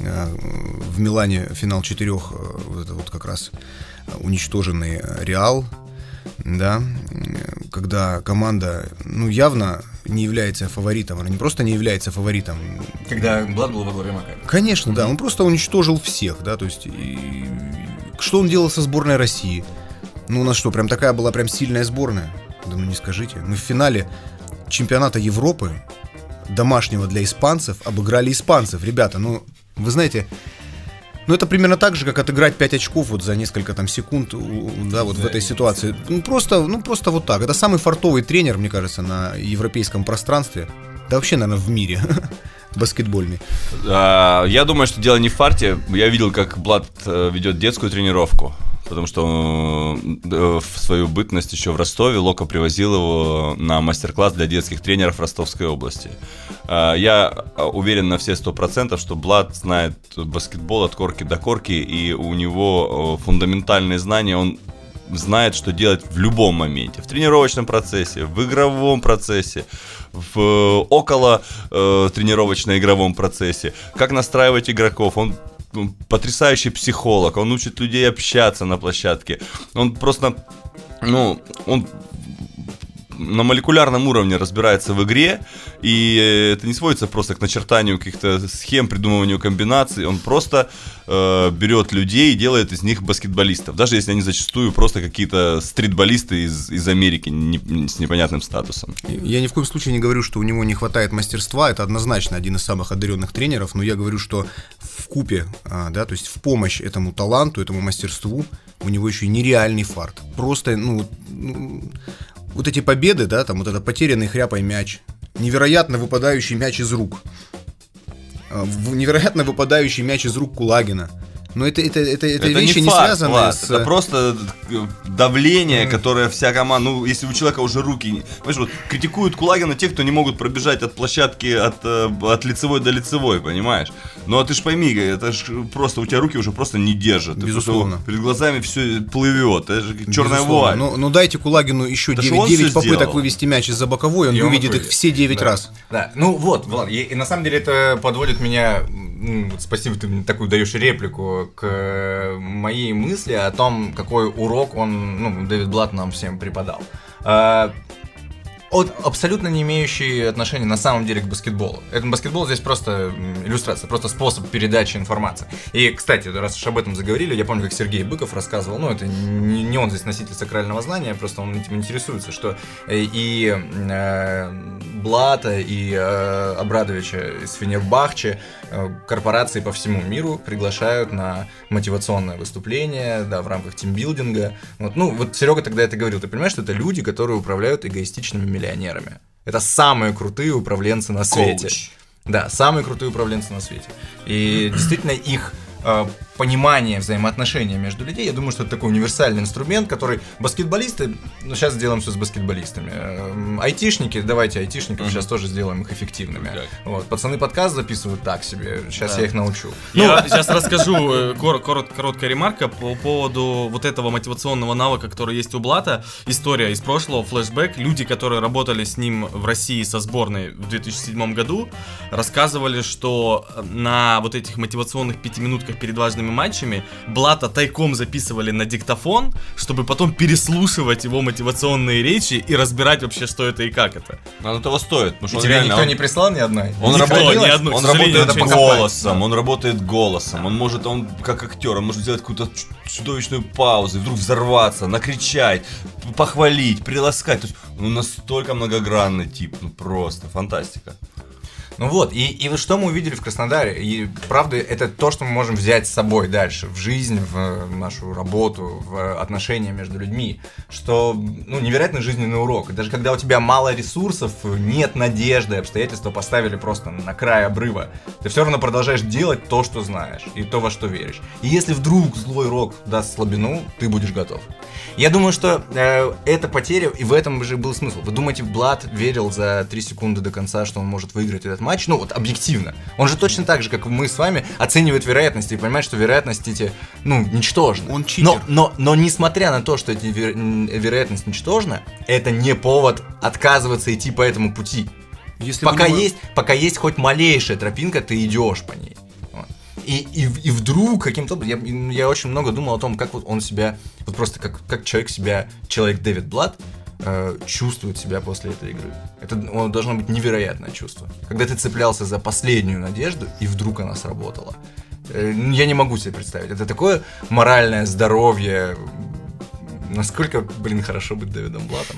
в Милане финал четырех, вот это вот как раз уничтоженный Реал, да, когда команда, ну, явно не является фаворитом, она не просто не является фаворитом. Когда Блат был во главе Макаби. Конечно, да, он просто уничтожил всех, да, то есть, и... что он делал со сборной России? Ну, у нас что, прям такая была прям сильная сборная? Да ну не скажите, мы в финале чемпионата Европы, домашнего для испанцев, обыграли испанцев, ребята, ну, вы знаете... Ну, это примерно так же, как отыграть пять очков вот за несколько там секунд, да, вот в этой ситуации. Ну просто, ну, просто вот так. Это самый фартовый тренер, мне кажется, на европейском пространстве. Да вообще, наверное, в мире баскетбольный. Я думаю, что дело не в фарте. Я видел, как Блат ведет детскую тренировку. Потому что в свою бытность еще в Ростове Лока привозил его на мастер-класс для детских тренеров Ростовской области. Я уверен на все сто процентов, что Блат знает баскетбол от корки до корки, и у него фундаментальные знания, он знает, что делать в любом моменте. В тренировочном процессе, в игровом процессе, в около э, тренировочно-игровом процессе. Как настраивать игроков. Он потрясающий психолог, он учит людей общаться на площадке. Он просто, ну, он на молекулярном уровне разбирается в игре, и это не сводится просто к начертанию каких-то схем, придумыванию комбинаций. Он просто э, берет людей и делает из них баскетболистов, даже если они зачастую просто какие-то стритболисты из, из Америки не, с непонятным статусом. Я ни в коем случае не говорю, что у него не хватает мастерства, это однозначно один из самых одаренных тренеров, но я говорю, что вкупе, да, то есть в помощь этому таланту, этому мастерству у него еще и нереальный фарт. Просто, ну, ну вот эти победы, да, там вот это потерянный Хряпой мяч, невероятно выпадающий мяч из рук, невероятно выпадающий мяч из рук Кулагина. Но это, это, это, это, это вещи не, не факт, связаны Влад, с... Это просто давление, mm. которое вся команда... Ну, если у человека уже руки... Понимаешь, вот критикуют Кулагина те, кто не могут пробежать от площадки от, от лицевой до лицевой, понимаешь? Ну, а ты ж пойми, это ж просто... У тебя руки уже просто не держат. Безусловно. Ты перед глазами все плывет. Это же черная вуаль. Ну, ну, дайте Кулагину еще да девять, девять попыток сделал. Вывести мяч из-за боковой, он и выведет он их все девять да. раз. Да, ну вот, Влад, и, и на самом деле это подводит меня... Ну, вот спасибо, ты мне такую даешь реплику возвращу к моей мысли о том, какой урок он, ну, Дэвид Блатт нам всем преподал. От абсолютно не имеющий отношения на самом деле к баскетболу. Это баскетбол здесь просто иллюстрация, просто способ передачи информации. И, кстати, раз уж об этом заговорили, я помню, как Сергей Быков рассказывал, ну, это не, не он здесь носитель сакрального знания, просто он этим интересуется, что и э, Блатта, и э, Абрадовича из Фенербахче э, корпорации по всему миру приглашают на мотивационное выступление, да, в рамках тимбилдинга. Вот, ну, вот Серега тогда это говорил, ты понимаешь, что это люди, которые управляют эгоистичными миллионерами. Это самые крутые управленцы на свете. Коуч. Да, самые крутые управленцы на свете. И действительно их э, понимание взаимоотношения между людей, я думаю, что это такой универсальный инструмент, который баскетболисты, ну сейчас сделаем все с баскетболистами. Э, айтишники, давайте айтишников uh-huh. сейчас тоже сделаем их эффективными. Okay. Вот, пацаны подкаст записывают так себе, сейчас да. я их научу. Я ну, сейчас расскажу кор- корот- короткая ремарка по поводу вот этого мотивационного навыка, который есть у Блатта. История из прошлого, флешбэк. Люди, которые работали с ним в России со сборной в две тысячи седьмом году, рассказывали, что на вот этих мотивационных пятиминутках перед важными матчами Блатта тайком записывали на диктофон, чтобы потом переслушивать его мотивационные речи и разбирать вообще, что это и как это. Оно того стоит. И тебе реально, никто он... не прислал ни одной? Он никто, работает, ни одну, он работает голосом, да. он работает голосом, он может, он как актер, он может сделать какую-то чудовищную паузу, вдруг взорваться, накричать, похвалить, приласкать. То есть он настолько многогранный тип, ну просто фантастика. Ну вот, и, и вот что мы увидели в Краснодаре, и правда это то, что мы можем взять с собой дальше, в жизнь, в нашу работу, в отношения между людьми, что, ну, невероятный жизненный урок. И даже когда у тебя мало ресурсов, нет надежды, обстоятельства поставили просто на край обрыва, ты все равно продолжаешь делать то, что знаешь, и то, во что веришь. И если вдруг злой рок даст слабину, ты будешь готов. Я думаю, что э, эта потеря, и в этом же был смысл. Вы думаете, Блатт верил за три секунды до конца, что он может выиграть этот матч? Ну, вот объективно. Он же точно так же, как мы с вами, оценивает вероятности и понимает, что вероятности эти, ну, ничтожны. Он читер. Но, но, но несмотря на то, что эти вер... вероятность ничтожна, это не повод отказываться идти по этому пути. Если пока, не... есть, пока есть хоть малейшая тропинка, ты идешь по ней. И, и, и вдруг каким-то образом, я, я очень много думал о том, как вот он себя, вот просто как, как человек себя, человек Дэвид Блатт, э, чувствует себя после этой игры. Это он, должно быть невероятное чувство. Когда ты цеплялся за последнюю надежду, и вдруг она сработала. Э, я не могу себе представить. Это такое моральное здоровье. Насколько, блин, хорошо быть Дэвидом Блаттом.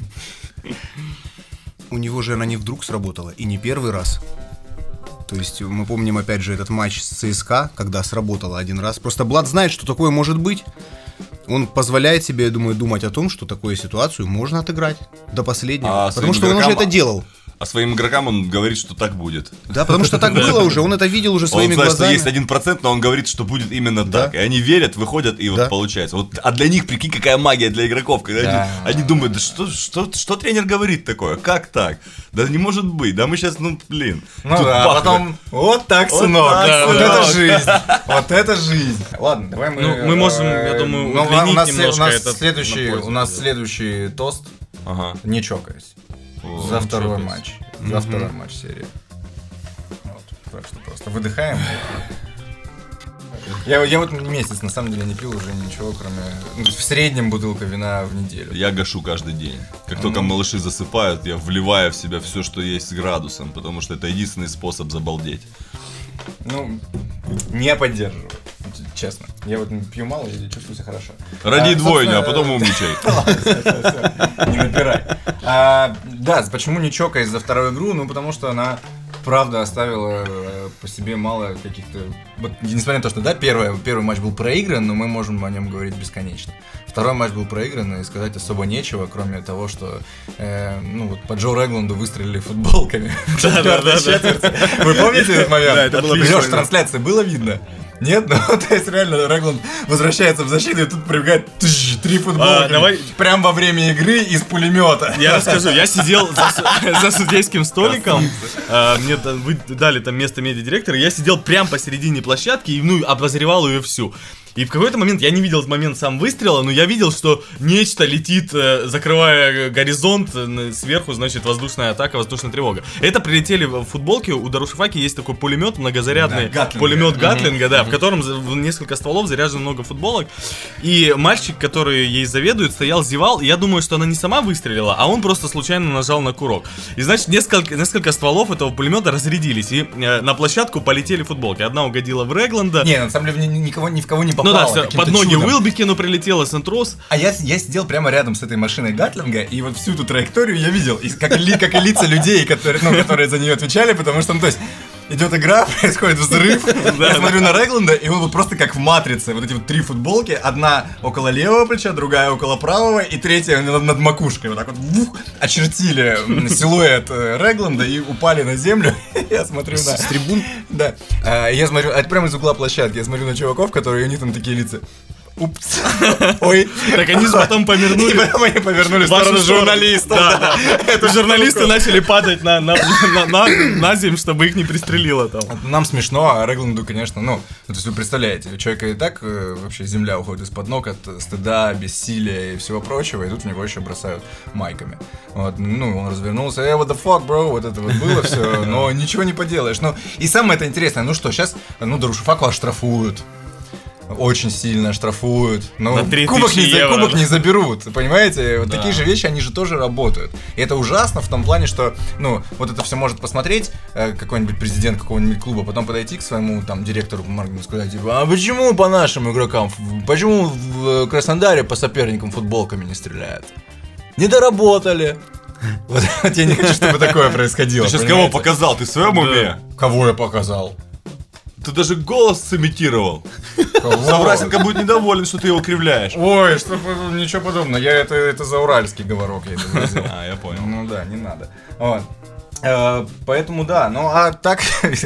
У него же она не вдруг сработала, и не первый раз. То есть мы помним, опять же, этот матч с ЦСКА, когда сработало один раз. Просто Блатт знает, что такое может быть. Он позволяет себе, я думаю, думать о том, что такую ситуацию можно отыграть до последнего. А потому что игрокам... он уже это делал. А своим игрокам он говорит, что так будет. Да, потому что так было уже, он это видел уже своими глазами. Он знает, что есть один процент, но он говорит, что будет именно так. И они верят, выходят, и вот получается. Вот, а для них, прикинь, какая магия для игроков. Когда да. они, они думают, да что, что, что тренер говорит такое? Как так? Да не может быть, да мы сейчас, ну блин. Ну да, а потом, вот так, сынок, вот, так, да, сынок. Вот это жизнь. Вот это жизнь. Ладно, давай мы... Ну, мы можем, я думаю, удлинить у нас, немножко у нас этот следующий, у нас следующий тост, ага. не чокаясь. О, за второй чокаясь. матч. За mm-hmm. второй матч серии. Вот, так что просто выдыхаем. Я, я вот месяц на самом деле не пил уже ничего, кроме... Ну, в среднем бутылка вина в неделю. Я гашу каждый день. Как mm-hmm. только малыши засыпают, я вливаю в себя все, что есть с градусом, потому что это единственный способ забалдеть. Ну, не поддерживаю. Честно. Я вот пью мало и чувствую себя хорошо. Роди а, двойню, а потом умничай. Не напирай. А, да, почему не чокаясь за вторую игру? Ну, потому что она, правда, оставила по себе мало каких-то... Вот, несмотря на то, что, да, первый, первый матч был проигран, но мы можем о нем говорить бесконечно. Второй матч был проигран, и сказать особо нечего, кроме того, что, э, ну, вот по Джо Регланду выстрелили футболками. Вы помните этот момент? Да, это было Лёш, в трансляции было видно? Нет, ну то есть реально Регланд возвращается в защиту, и тут прибегает тыщ, три футболки. А, давай... Прям во время игры из пулемета. Я расскажу, я сидел за, за судейским столиком, а, мне дали там место медиадиректора, я сидел прям посередине площадки и ну, обозревал ее всю. И в какой-то момент, я не видел момент сам выстрела, но я видел, что нечто летит, закрывая горизонт, сверху, значит, воздушная атака, воздушная тревога. Это прилетели в футболке, у Дарушафаки есть такой пулемет, многозарядный да, пулемет Гатлинга, mm-hmm. да, mm-hmm. в котором в несколько стволов заряжено много футболок. И мальчик, который ей заведует, стоял, зевал, и я думаю, что она не сама выстрелила, а он просто случайно нажал на курок. И, значит, несколько, несколько стволов этого пулемета разрядились, и э, на площадку полетели футболки. Одна угодила в Регланда. Не, на самом деле никого, ни в кого не попало. Ну да, все, под ноги Уилбекину прилетело, Сент-Рос. А я, я сидел прямо рядом с этой машиной Гатлинга, и вот всю эту траекторию я видел, и как, ли, как и лица людей, которые, ну, которые за нее отвечали, потому что, ну, то есть, идет игра, происходит взрыв, я смотрю на Регланда, и он вот просто как в «Матрице», вот эти вот три футболки, одна около левого плеча, другая около правого, и третья над, над макушкой, вот так вот вух, очертили силуэт Регланда и упали на землю. Я смотрю на... С трибун? Да. Я смотрю, это прямо из угла площадки, я смотрю на чуваков, которые, у них там такие лица. Упс. Ой. Так они же потом повернули. И потом они повернули в сторону журналистов. Да, да. Это журналисты начали падать на, на, на, на, на землю, чтобы их не пристрелило там. Нам смешно, а Регланду, конечно, ну, то есть вы представляете, у человека и так э, вообще земля уходит из-под ног от стыда, бессилия и всего прочего, и тут в него еще бросают майками. Вот, ну, он развернулся, э, what the fuck, bro, вот это вот было все, но ничего не поделаешь. Ну, и самое это интересное, ну что, сейчас, ну, Дарушафаку оштрафуют. Очень сильно штрафуют. Но кубок, не, евро, кубок да? не заберут. Понимаете? Вот да. такие же вещи, они же тоже работают. И это ужасно в том плане, что, ну, вот это все может посмотреть э, какой-нибудь президент какого-нибудь клуба, потом подойти к своему там директору по маркетингу и сказать, типа, а почему по нашим игрокам, почему в Краснодаре по соперникам футболками не стреляют? Не доработали. Вот, вот я не хочу, чтобы такое происходило. Ты сейчас кого показал? Ты в своем уме? Кого я показал? Ты даже голос сымитировал. Саврасенко будет недоволен, что ты его кривляешь. Ой, что, ничего подобного. Я это, это за уральский говорок я это А, я понял. Ну да, не надо. Вот. Э, поэтому да, ну а так,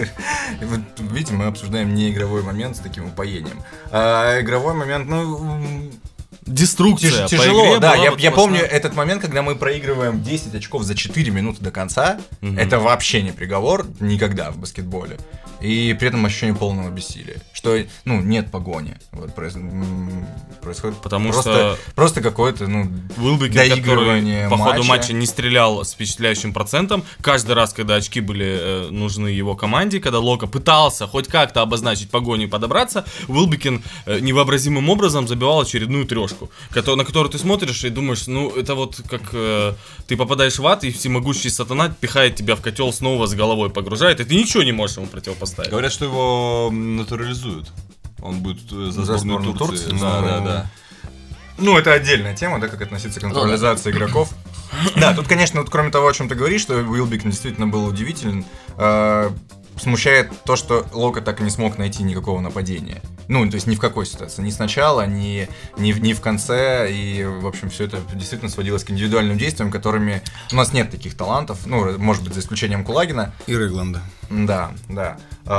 видите, мы обсуждаем не игровой момент с таким упоением. А игровой момент, ну... Деструкция. Тяж, тяжело, да. Я, я помню этот момент, когда мы проигрываем десять очков за четыре минуты до конца. Угу. Это вообще не приговор никогда в баскетболе. И при этом ощущение полного бессилия. Что, ну, нет погони. Вот, происходит Потому просто, что просто какое-то, ну, Уилбекин, который по ходу матча не стрелял с впечатляющим процентом. Каждый раз, когда очки были э, нужны его команде, когда Лока пытался хоть как-то обозначить погоню и подобраться, Уилбекин э, невообразимым образом забивал очередную трешку, на которую ты смотришь и думаешь, ну, это вот как э, ты попадаешь в ад, и всемогущий сатана пихает тебя в котел, снова с головой погружает, и ты ничего не можешь ему противопоставить. Говорят, что его натурализуют. Он будет за, за сборную Турции. Турции. Да, да, да. Ну, это отдельная тема, да, как относиться к натурализации ну, да. игроков. Да, тут, конечно, вот, кроме того, о чем ты говоришь, что Уилбекин действительно был удивителен, э, смущает то, что Лока так и не смог найти никакого нападения. Ну, то есть ни в какой ситуации. Ни сначала, ни, ни, ни в конце. И, в общем, все это действительно сводилось к индивидуальным действиям, которыми у нас нет таких талантов. Ну, может быть, за исключением Кулагина. И Регланда. Да, да.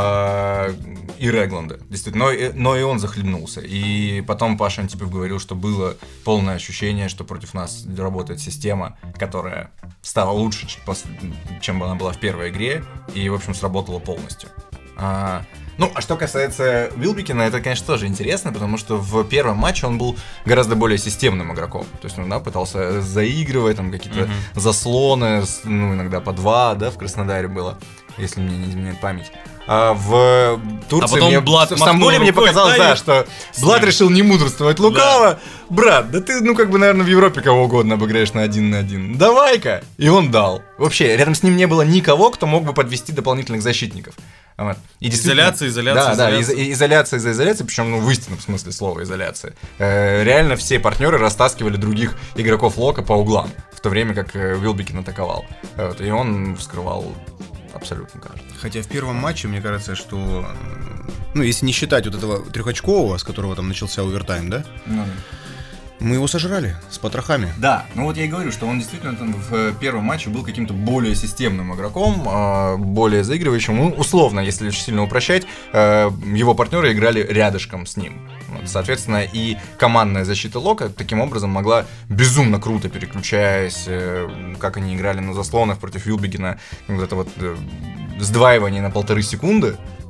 И Регланда, действительно. Но, но и он захлебнулся. И потом Паша Антипов говорил, что было полное ощущение, что против нас работает система, которая стала лучше, чем она была в первой игре. И, в общем, сработала полностью. А, ну, а что касается Уилбекина, это, конечно, тоже интересно, потому что в первом матче он был гораздо более системным игроком. То есть он, да, пытался заигрывать, там какие-то uh-huh. заслоны, ну, иногда по два, да, в Краснодаре было, если мне не изменяет память. А в Турции, а мне, Блад в Стамбуле мне показалось, да, что Блад решил не мудрствовать лукаво. Да. Брат, да ты, ну, как бы, наверное, в Европе кого угодно обыграешь на один на один. Давай-ка! И он дал. Вообще, рядом с ним не было никого, кто мог бы подвести дополнительных защитников. Вот. И изоляция, изоляция, да, изоляция. Да, из- изоляция за изоляцией, причем, ну, в истинном смысле слова изоляция. Э, реально все партнеры растаскивали других игроков Лока по углам, в то время как Уилбекин атаковал. Вот. И он вскрывал абсолютно каждый. Хотя в первом матче, мне кажется, что, ну, если не считать вот этого трехочкового, с которого там начался овертайм, да? Ну, мы его сожрали с потрохами. Да, ну вот я и говорю, что он действительно там в первом матче был каким-то более системным игроком, более заигрывающим. Ну, условно, если очень сильно упрощать, его партнеры играли рядышком с ним. Вот, соответственно, и командная защита Лока таким образом могла безумно круто, переключаясь, как они играли на заслонах против Уилбекина, вот это вот сдваивание на полторы секунды.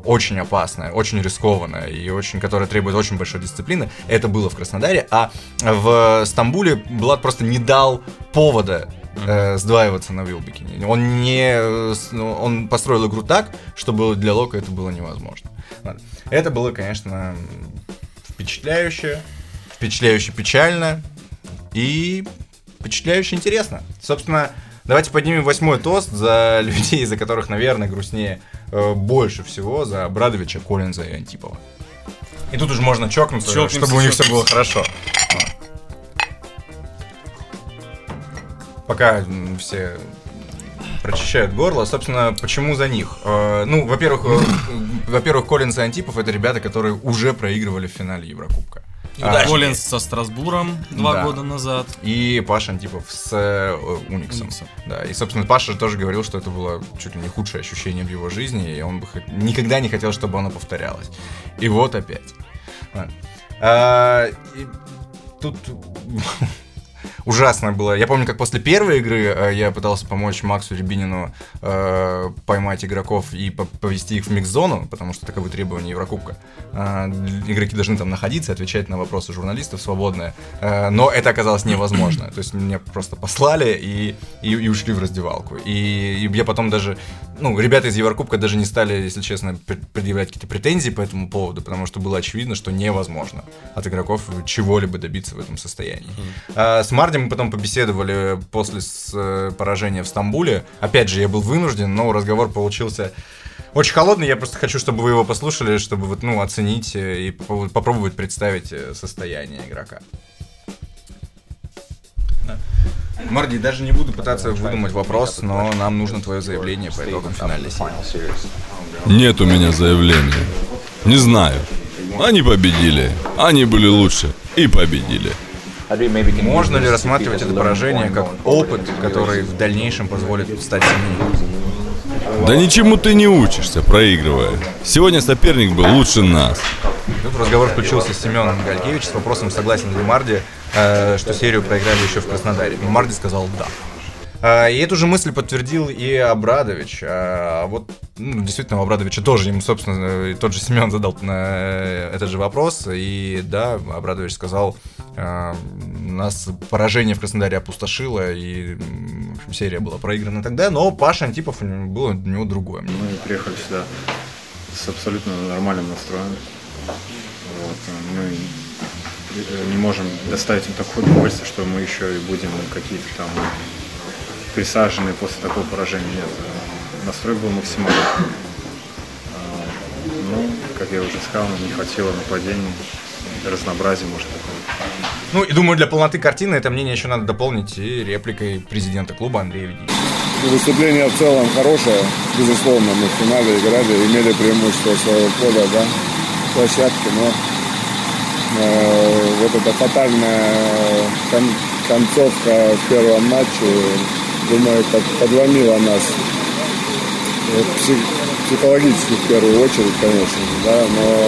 очень опасная, очень рискованная и очень, которая требует очень большой дисциплины. Это было в Краснодаре, а в Стамбуле Булат просто не дал повода э, сдваиваться на Вилбекене. Он не, он построил игру так, чтобы для Лока это было невозможно. Это было, конечно, впечатляюще, впечатляюще печально и впечатляюще интересно. Собственно, давайте поднимем восьмой тост за людей, за которых, наверное, грустнее э, больше всего, за Обрадовича, Коллинза и Антипова. И тут уже можно чокнуться, чокнуться чтобы у них все было хорошо. Пока все прочищают горло. Собственно, почему за них? Э, ну, во-первых, э, во-первых, Коллинз и Антипов — это ребята, которые уже проигрывали в финале Еврокубка. А, Коллинз со Страсбуром два да. года назад. И Паша Антипов с э, Униксом. Униксом. Да. И, собственно, Паша тоже говорил, что это было чуть ли не худшее ощущение в его жизни, и он бы хот... никогда не хотел, чтобы оно повторялось. И вот опять. А, и тут... Ужасно было. Я помню, как после первой игры э, я пытался помочь Максу Рябинину э, поймать игроков и повести их в микс-зону, потому что таковы требования Еврокубка. Э, игроки должны там находиться, отвечать на вопросы журналистов свободно. Э, но это оказалось невозможно. То есть меня просто послали и, и, и ушли в раздевалку. И, и я потом даже... Ну, ребята из Еврокубка даже не стали, если честно, предъявлять какие-то претензии по этому поводу, потому что было очевидно, что невозможно от игроков чего-либо добиться в этом состоянии. Mm-hmm. А, с Марди мы потом побеседовали после с, поражения в Стамбуле. Опять же, я был вынужден, но разговор получился очень холодный. Я просто хочу, чтобы вы его послушали, чтобы вот, ну, оценить и попробовать представить состояние игрока. Марди, даже не буду пытаться выдумать вопрос, но нам нужно твое заявление по итогам финальной серии. Нет у меня заявления. Не знаю. Они победили. Они были лучше. И победили. Можно ли рассматривать это поражение как опыт, который в дальнейшем позволит стать сильнее? Да ничему ты не учишься, проигрывая. Сегодня соперник был лучше нас. Тут в разговор включился Семен Галькевич с вопросом, согласен ли Марди, э, что серию проиграли еще в Краснодаре. Но Марди сказал «да». Э, и эту же мысль подтвердил и Обрадович. А вот, ну, действительно, у Обрадовича тоже, ему, собственно, тот же Семен задал на этот же вопрос. И да, Обрадович сказал, э, нас поражение в Краснодаре опустошило, и в общем, серия была проиграна тогда. Но Паша Антипов, было у него другое. Мы приехали сюда с абсолютно нормальным настроем. Вот, мы не можем доставить им такое удовольствие, что мы еще и будем какие-то там присаженные после такого поражения. Нет, настрой был максимальный. Ну, как я уже сказал, нам не хватило нападений, разнообразия, может, такого. Ну, и думаю, для полноты картины это мнение еще надо дополнить и репликой президента клуба Андрея Ведичева. Выступление в целом хорошее, безусловно, мы в финале играли, имели преимущество своего поля, да, площадки, но э, вот эта фатальная кон- концовка в первом матче, думаю, под, подломила нас вот, псих, психологически в первую очередь, конечно, да,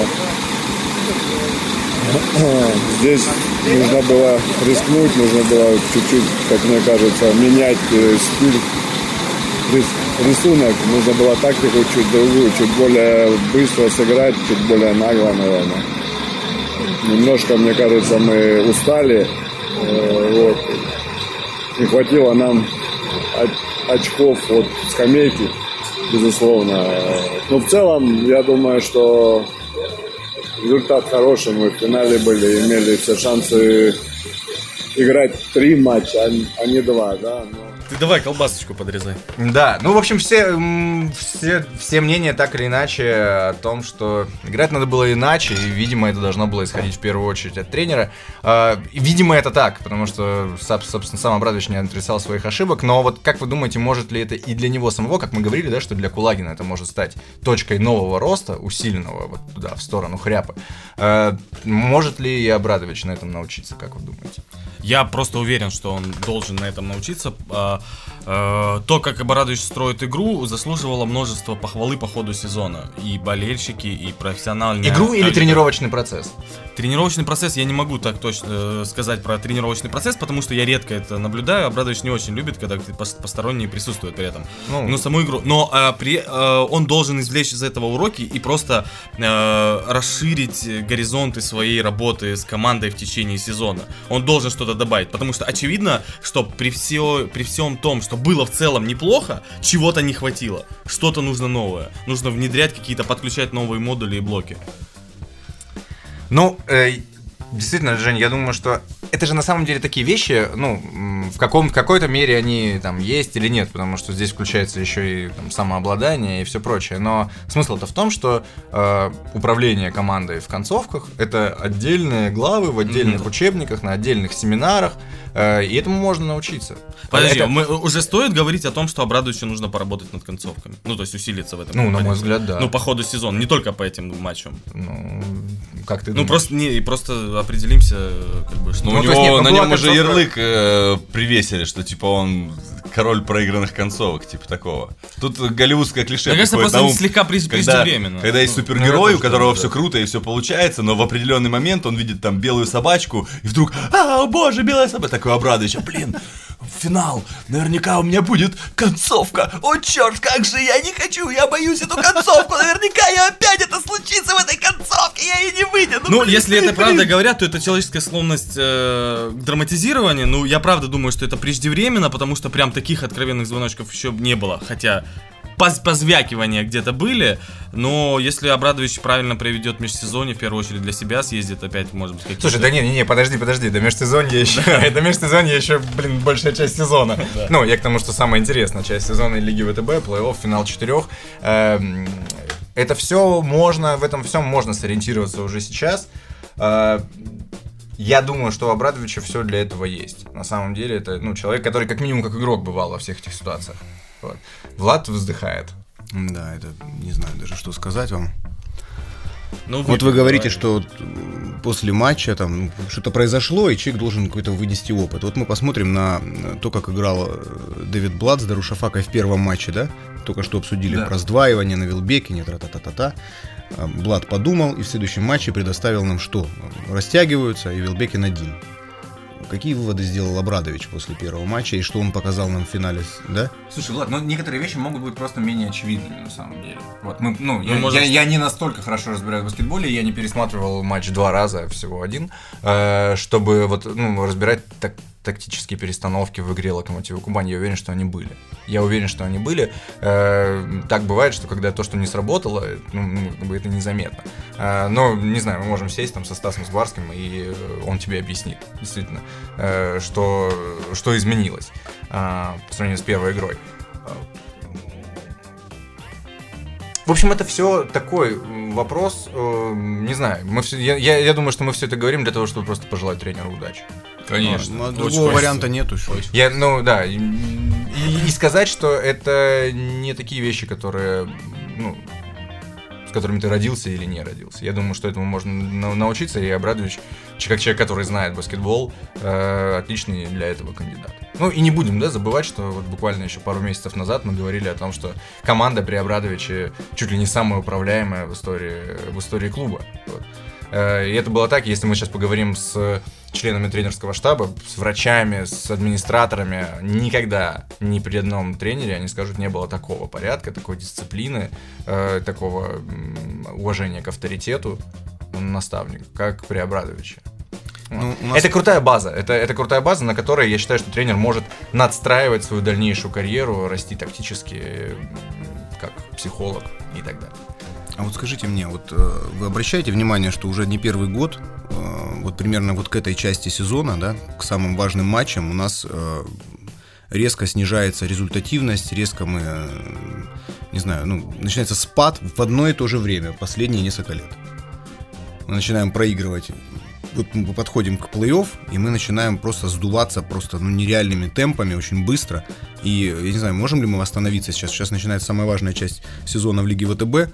но здесь нужно было рискнуть, нужно было чуть-чуть, как мне кажется, менять стиль, рисунок, нужно было тактику чуть другую, чуть более быстро сыграть, чуть более нагло, наверное. Немножко, мне кажется, мы устали, вот. Не хватило нам очков от скамейки, безусловно. Но в целом, я думаю, что результат хороший. Мы в финале были, имели все шансы играть три матча, а не два, да. Но... Ты давай колбасочку подрезай. Да, ну, в общем, все, все, все мнения так или иначе о том, что играть надо было иначе, и, видимо, это должно было исходить в первую очередь от тренера. Видимо, это так, потому что, собственно, сам Обрадович не отрицал своих ошибок, но вот как вы думаете, может ли это и для него самого, как мы говорили, да, что для Кулагина это может стать точкой нового роста, усиленного вот туда, в сторону Хряпы. Может ли и Обрадович на этом научиться, как вы думаете? Я просто уверен, что он должен на этом научиться. что э, то, как Обрадович строит игру, заслуживало множество похвалы по ходу сезона. И болельщики, и профессиональные... Игру или тренировочный процесс? Тренировочный процесс я не могу так точно э, сказать про тренировочный процесс, потому что я редко это наблюдаю. Обрадович не очень любит, когда посторонние присутствуют при этом. Ну, но саму игру. Но э, при, э, он должен извлечь из этого уроки и просто э, расширить горизонты своей работы с командой в течение сезона. Он должен что-то добавить, потому что очевидно, что при, все, при всем том, что было в целом неплохо, чего-то не хватило. Что-то нужно новое. Нужно внедрять какие-то, подключать новые модули и блоки. Ну, э, действительно, Жень, я думаю, что это же на самом деле такие вещи, ну, в, каком, в какой-то мере они там есть или нет, потому что здесь включается еще и там, самообладание и все прочее. Но смысл-то в том, что э, управление командой в концовках — это отдельные главы в отдельных mm-hmm. учебниках, на отдельных семинарах, э, и этому можно научиться. Подожди, это... мы, уже стоит говорить о том, что Обрадовичу нужно поработать над концовками? Ну, то есть усилиться в этом. Ну, на мой взгляд, да. Ну, по ходу сезона, не только по этим матчам. Ну, как ты Ну, думаешь? просто, не, просто определимся, как бы, что... Ну, Ну, у то есть, него, нет, ну, на нем была уже концовка- ярлык э, привесили, что типа он король проигранных концовок, типа такого. Тут голливудское клише. Мне кажется, приходит просто на ум, слегка прежде- когда, преждевременно. когда есть Ну, супергерой, у ну, которого да. все круто и все получается, но в определенный момент он видит там белую собачку, и вдруг, а, о боже, белая собака, такой Обрадович, а, блин, финал, наверняка у меня будет концовка, о черт, как же я не хочу, я боюсь эту концовку, наверняка я опять это случится в этой концовке, я и не выйду. Ну, блин, если блин, это правда блин. говорят, то это человеческая склонность э, к драматизированию. Ну, я правда думаю, что это преждевременно, потому что прям таких откровенных звоночков еще не было. Хотя поз- позвякивания где-то были, но если Обрадович правильно проведет межсезонье, в первую очередь для себя съездит опять, может быть, какие-то... Слушай, да не, не, не, подожди, подожди, до межсезонья еще, это межсезонье еще, блин, большая часть сезона. Ну, я к тому, что самая интересная часть сезона Лиги ВТБ, плей-офф, финал четырех. Это все можно, в этом всем можно сориентироваться уже сейчас. Я думаю, что у Обрадовича все для этого есть. На самом деле, это, ну, человек, который как минимум как игрок бывал во всех этих ситуациях. Вот. Влад вздыхает. Да, это не знаю даже, что сказать вам. Ну, Вот вы говорите, что вот после матча там ну, что-то произошло, и человек должен какой-то вынести опыт. Вот мы посмотрим на то, как играл Дэвид Блад с Дарушафакой в первом матче, да? Только что обсудили Да. про сдваивание на Вилбекене, тра-та-та-та-та. Блад подумал и в следующем матче предоставил нам что? Растягиваются и Вилбекен один. Какие выводы сделал Обрадович после первого матча и что он показал нам в финале, да? Слушай, Влад, ну некоторые вещи могут быть просто менее очевидными на самом деле. Вот, мы, ну, я, Мы можем- я, я не настолько хорошо разбираюсь в баскетболе, я не пересматривал матч два раза, всего один, э, чтобы вот, ну, разбирать так, тактические перестановки в игре Локомотива Кубань. Я уверен, что они были. Я уверен, что они были. Э, так бывает, что когда то, что не сработало, ну, ну, как бы это незаметно. Э, но, не знаю, мы можем сесть там со Стасом Сбарским, и он тебе объяснит, действительно, э, что, что изменилось э, по сравнению с первой игрой. В общем, это все такой вопрос, э, не знаю, мы все, я, я, я думаю, что мы все это говорим для того, чтобы просто пожелать тренеру удачи. Конечно. Ну, а Очень другого хочется. варианта нету. Что. Я, ну да, и, и- и сказать, что это не такие вещи, которые, ну, с которыми ты родился или не родился. Я думаю, что этому можно на- научиться, и Обрадович, ч- как человек, который знает баскетбол, э, отличный для этого кандидат. Ну и не будем, да, забывать, что вот буквально еще пару месяцев назад мы говорили о том, что команда при Обрадовиче чуть ли не самая управляемая в истории, в истории клуба. Вот. Э, И это было так, если мы сейчас поговорим с членами тренерского штаба, с врачами, с администраторами, никогда ни при одном тренере, они скажут, не было такого порядка, такой дисциплины, э, такого м, уважения к авторитету наставника, как при Обрадовиче. Вот. Ну, у нас- Это крутая база, это, это крутая база, на которой я считаю, что тренер может надстраивать свою дальнейшую карьеру, расти тактически, м, как психолог и так далее. А вот скажите мне, вот э, вы обращаете внимание, что уже не первый год, э, вот примерно вот к этой части сезона, да, к самым важным матчам у нас э, резко снижается результативность, резко мы, э, не знаю, ну, начинается спад в одно и то же время, последние несколько лет. Мы начинаем проигрывать, вот мы подходим к плей-офф, и мы начинаем просто сдуваться просто ну, нереальными темпами, очень быстро. И, я не знаю, можем ли мы восстановиться сейчас? Сейчас начинается самая важная часть сезона в Лиге ВТБ.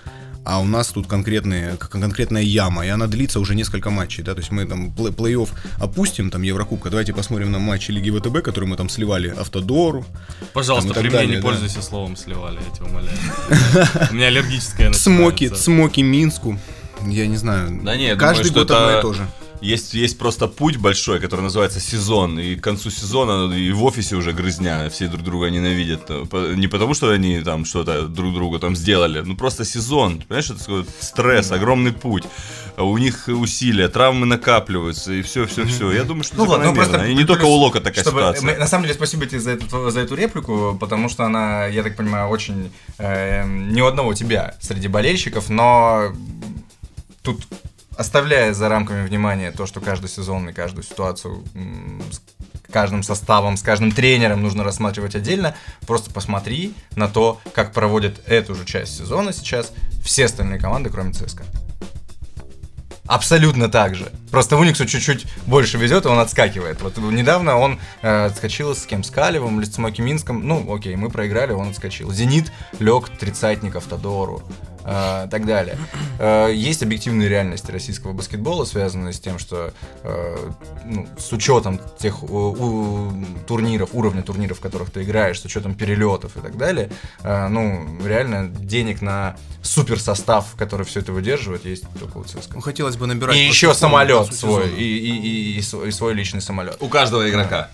а у нас тут конкретные, конкретная яма, и она длится уже несколько матчей, да, то есть мы там плей- плей-офф опустим, там Еврокубка, давайте посмотрим на матчи Лиги ВТБ, которые мы там сливали Автодору. Пожалуйста, при мне не пользуйся словом сливали, я тебя умоляю. У меня аллергическое Смоки, Смоки Минску, я не знаю, да нет, каждый думаю, год одно и то же. Есть, есть просто путь большой, который называется сезон. И к концу сезона и в офисе уже грызня. Все друг друга ненавидят. Не потому, что они там что-то друг другу там сделали. Ну просто сезон. Понимаешь, это такой стресс, огромный путь. У них усилия, травмы накапливаются. И все, все, все. Я думаю, что ну, закономерно. Ну, просто, и не только у Лока такая чтобы, ситуация. Мы, на самом деле, спасибо тебе за эту, за эту реплику, потому что она, я так понимаю, очень э, не у одного тебя среди болельщиков, но тут... Оставляя за рамками внимания то, что каждый сезон и каждую ситуацию с каждым составом, с каждым тренером нужно рассматривать отдельно, просто посмотри на то, как проводят эту же часть сезона сейчас все остальные команды, кроме ЦСКА. Абсолютно так же. Просто Униксу чуть-чуть больше везет, и он отскакивает. Вот недавно он э, отскочил с кем? С Калевым или с Смоки Минском. Ну, окей, мы проиграли, он отскочил. Зенит лег тридцатник Автодору. Uh, так далее. Uh, есть объективные реальности российского баскетбола, связанные с тем, что uh, ну, с учетом тех у, у, турниров, уровня турниров, в которых ты играешь, с учетом перелетов и так далее, uh, ну, реально денег на суперсостав, который все это выдерживает, есть только у ЦСКА. Ну, хотелось бы набирать... И еще самолет свой, и, и, и, и, свой, и свой личный самолет. У каждого игрока.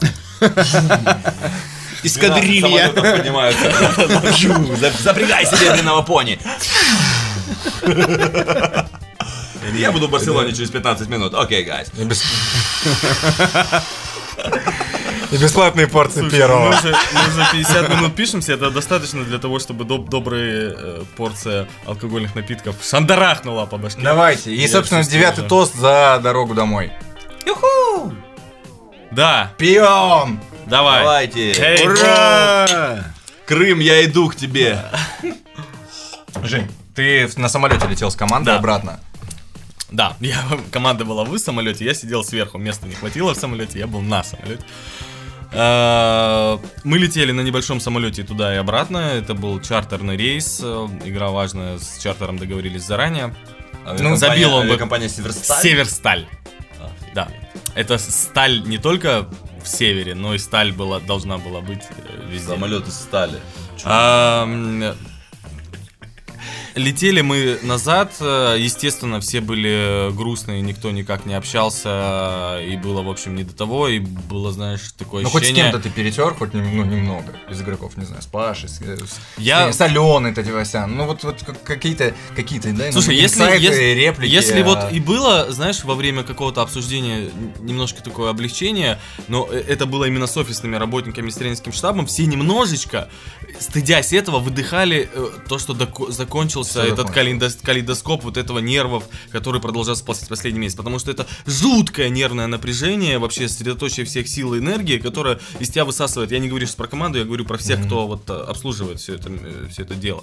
Эскадрилья. Запрягай серебряного пони. Я буду в Барселоне через пятнадцать минут. Окей, гайс. И бесплатные порции Слушай, первого. Мы уже, мы уже пятьдесят минут пишемся, это достаточно для того, чтобы доб- добрые э, порции алкогольных напитков шандарахнула по башке. Давайте. И, Я собственно, девятый уже. Тост за дорогу домой. Юху! Да. Пьем! Давай. Давайте. Hey, ура! Go. Крым, я иду к тебе. Жень, ты на самолете летел с командой да. обратно? Да, я, команда была в самолете, я сидел сверху, места не хватило в самолете, я был на самолете. Мы летели на небольшом самолете туда и обратно, это был чартерный рейс, игра важная, с чартером договорились заранее. Ну, забил он бы... Компания Северсталь? Северсталь, а, да. Это сталь не только в севере, но и сталь была, должна была быть везде. Самолет из стали. А, летели мы назад, естественно, все были грустные, никто никак не общался, и было, в общем, не до того, и было, знаешь, такое ну, ощущение... Ну, хоть с кем-то ты перетер, хоть ну, немного из игроков, не знаю, с Пашей, с, Я... с Аленой Татьевасян, ну, вот, вот какие-то, какие-то, да, Слушай, ну, если, инсайты, если, реплики. Если а... вот и было, знаешь, во время какого-то обсуждения немножко такое облегчение, но это было именно с офисными работниками, с тренерским штабом, все немножечко, стыдясь этого, выдыхали то, что доко- закончился Все этот калейдос- калейдоскоп вот этого нервов, который продолжался последний месяц, потому что это жуткое нервное напряжение, вообще сосредоточие всех сил и энергии, которое из тебя высасывает. Я не говорю сейчас про команду, я говорю про всех, mm-hmm. кто вот обслуживает все это, все это дело.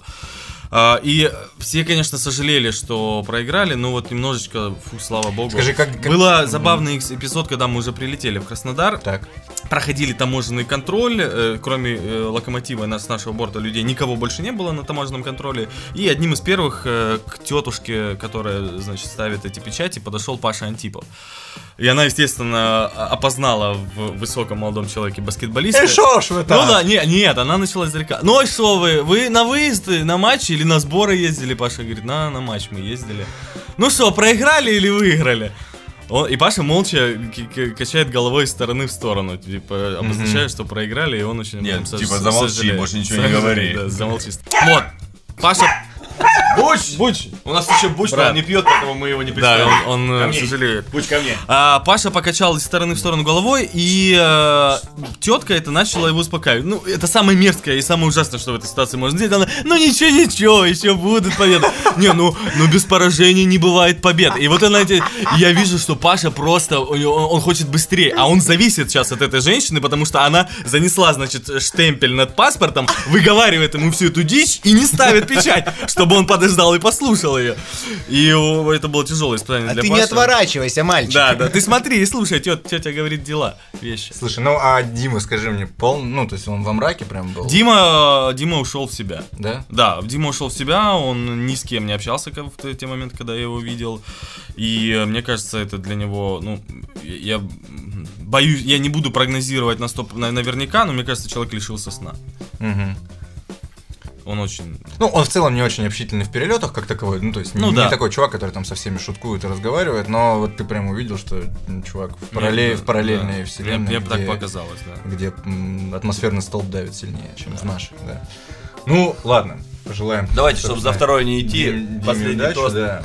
И все, конечно, сожалели, что проиграли, но вот немножечко, фу, слава богу. Скажи, как... как... Был забавный эпизод, когда мы уже прилетели в Краснодар. Так. Проходили таможенный контроль, э, кроме э, Локомотива с нашего борта людей никого больше не было на таможенном контроле. И одним из первых э, к тетушке, которая, значит, ставит эти печати, подошел Паша Антипов. И она, естественно, опознала в высоком молодом человеке баскетболиста. Э, шо ж вы так? Ну да, не, нет, она начала издалека. Ну и что вы, вы на выезды, на матчи или на сборы ездили? Паша говорит, на, на матч мы ездили. Ну что, проиграли или выиграли? Он, и Паша молча к- к- качает головой из стороны в сторону, типа, обозначает, mm-hmm. что проиграли, и он очень... Нет, прям, типа, замолчи, сожалеет. Больше ничего не говори. Да, замолчи. Вот, Паша... Буч! Буч! У нас еще Буч, но он не пьет, поэтому мы его не представим. Да, он, он сожалеет. Буч, ко мне. А, Паша покачал из стороны в сторону головой, и э, тетка это начала его успокаивать. Ну, это самое мерзкое и самое ужасное, что в этой ситуации можно сделать. Она, ну ничего, ничего, еще будут победы. Не, ну, ну без поражений не бывает побед. И вот она, я вижу, что Паша просто, он, он хочет быстрее, а он зависит сейчас от этой женщины, потому что она занесла, значит, штемпель над паспортом, выговаривает ему всю эту дичь и не ставит печать, чтобы он подождал и послушал. увидел ее. И это было тяжелое испытание а для Паши. Паши. А ты не отворачивайся, мальчик. Да, да, ты смотри и слушай, тетя говорит дела, вещи. Слушай, ну а Дима, скажи мне, пол, ну то есть он во мраке прям был? Дима, Дима ушел в себя. Да? Да, Дима ушел в себя, он ни с кем не общался в те моменты, когда я его видел. И мне кажется, это для него, ну, я боюсь, я не буду прогнозировать на стоп, наверняка, но мне кажется, человек лишился сна. Угу. Он очень... Ну, он в целом не очень общительный в перелетах, как таковой. Ну, то есть ну, не, да. не такой чувак, который там со всеми шуткует и разговаривает, но вот ты прям увидел, что чувак в, параллель, Мне, в параллельной да. вселенной, Мне, мне где, так показалось, да. Где м, атмосферный столб давит сильнее, чем да. в наших, да. Ну, ладно, пожелаем. Давайте, чтобы за второй не идти, Дим, последний удачи, тост. Да.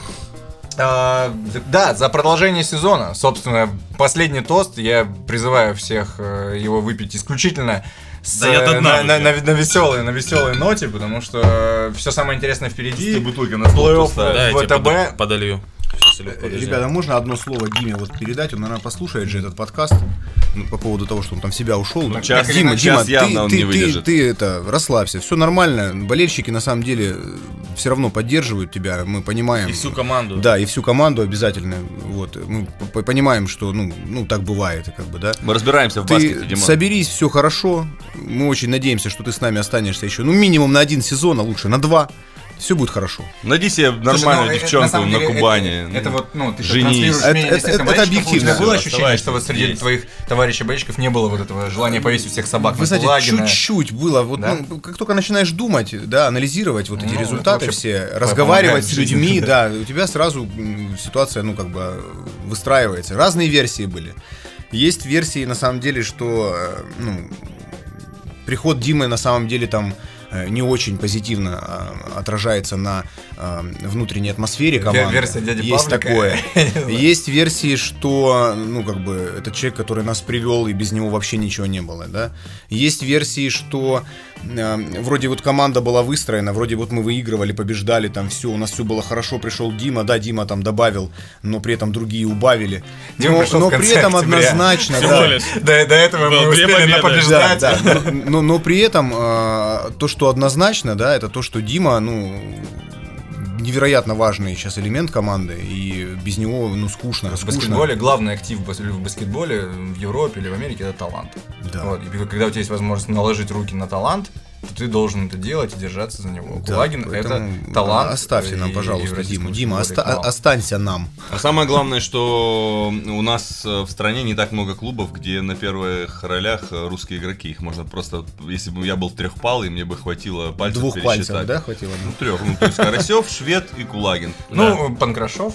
А, да, за продолжение сезона. Собственно, последний тост. Я призываю всех его выпить исключительно с, да я до дна на, на, на, на веселой, на веселой ноте, потому что все самое интересное впереди. Бутылка на стол пустая. Да, в я ВТБ. подолью. Ребята, можно одно слово Диме вот передать? Он, наверное, послушает же этот подкаст ну, по поводу того, что он там в себя ушел. Ну, час, Дима, час Дима, явно ты, он ты, не выдержит. Ты, ты это, расслабься, все нормально. Болельщики на самом деле все равно поддерживают тебя, мы понимаем. И всю команду. Да, и всю команду обязательно. Вот, мы понимаем, что ну, ну так бывает, как бы, да. Мы разбираемся в ты баскете, Дима. Соберись, все хорошо. Мы очень надеемся, что ты с нами останешься еще, ну минимум на один сезон, а лучше на два. Все будет хорошо. Найди себе нормальную Слушай, ну, девчонку на, на деле, Кубани. Это, это, это вот, ну, ты женись. транслируешь мнение это, это, это объективно. У тебя было ощущение, Оставайся что вот среди здесь. твоих товарищей болельщиков не было вот этого желания повесить всех собак Вы на знаете, Кулагина? чуть-чуть было. Вот, Да? ну, как только начинаешь думать, да, анализировать вот эти Ну, результаты это все, вообще разговаривать помогает с в жизни, людьми, да. да, у тебя сразу м, ситуация, ну, как бы выстраивается. Разные версии были. Есть версии, на самом деле, что, э, ну, приход Димы, на самом деле, там, не очень позитивно а, отражается на а, внутренней атмосфере команды. Версия дяди Есть Павлика. такое. Есть версии, что, ну, как бы, это человек, который нас привел, и без него вообще ничего не было, да. Есть версии, что а, вроде вот команда была выстроена, вроде вот мы выигрывали, побеждали, там все, у нас все было хорошо, пришел Дима, да, Дима там добавил, но при этом другие убавили. Дима Но, но при этом октября. однозначно, Всего да. лишь. До, до этого Было мы две успели победы. побеждать. Да, да. Но, но, но при этом э, то, что однозначно, да, это то, что Дима, ну, невероятно важный сейчас элемент команды, и без него, ну, скучно. В скучно. баскетболе главный актив в баскетболе в Европе или в Америке — это талант. Да. Вот. И когда у тебя есть возможность наложить руки на талант, то ты должен это делать и держаться за него. Да, Кулагин — это талант. Оставьте нам, и- пожалуйста, и Диму. российского Дима, футбола, оста- останься нам. А самое главное, что у нас в стране не так много клубов, где на первых ролях русские игроки. Их можно просто, если бы я был трехпалый, мне бы хватило пальцев Двух пересчитать. пальцев, да, хватило? Ну, трех. Ну, то есть Карасев, Швед и Кулагин. Ну, Панкрашов.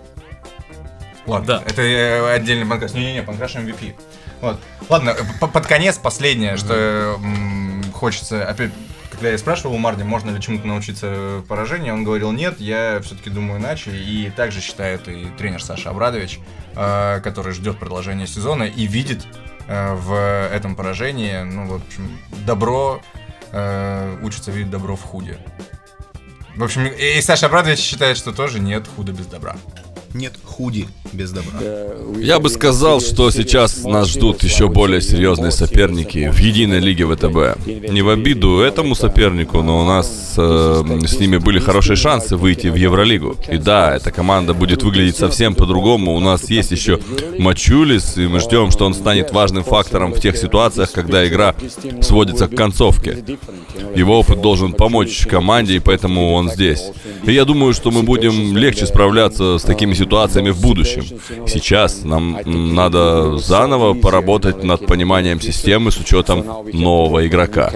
Ладно, Да. это э, отдельный Панкрашов. Не-не-не, Панкрашев эм ви пи. Вот. Ладно, п- под конец последнее, что м, хочется, опять, когда я спрашивал у Марди, можно ли чему-то научиться в поражении, он говорил нет, я все-таки думаю иначе, и также считает и тренер Саша Абрадович, э, который ждет продолжения сезона и видит э, в этом поражении, ну, в общем, добро, э, учится видеть добро в худе. В общем, и Саша Абрадович считает, что тоже нет худа без добра. Нет худи без добра. Я бы сказал, что сейчас нас ждут еще более серьезные соперники в единой лиге ВТБ. Не в обиду этому сопернику, но у нас э, с ними были хорошие шансы выйти в Евролигу. И да, эта команда будет выглядеть совсем по-другому. У нас есть еще Мачулис, и мы ждем, что он станет важным фактором в тех ситуациях, когда игра сводится к концовке. Его опыт должен помочь команде, и поэтому он здесь. И я думаю, что мы будем легче справляться с такими ситуациями в будущем. Сейчас нам надо заново поработать над пониманием системы с учетом нового игрока.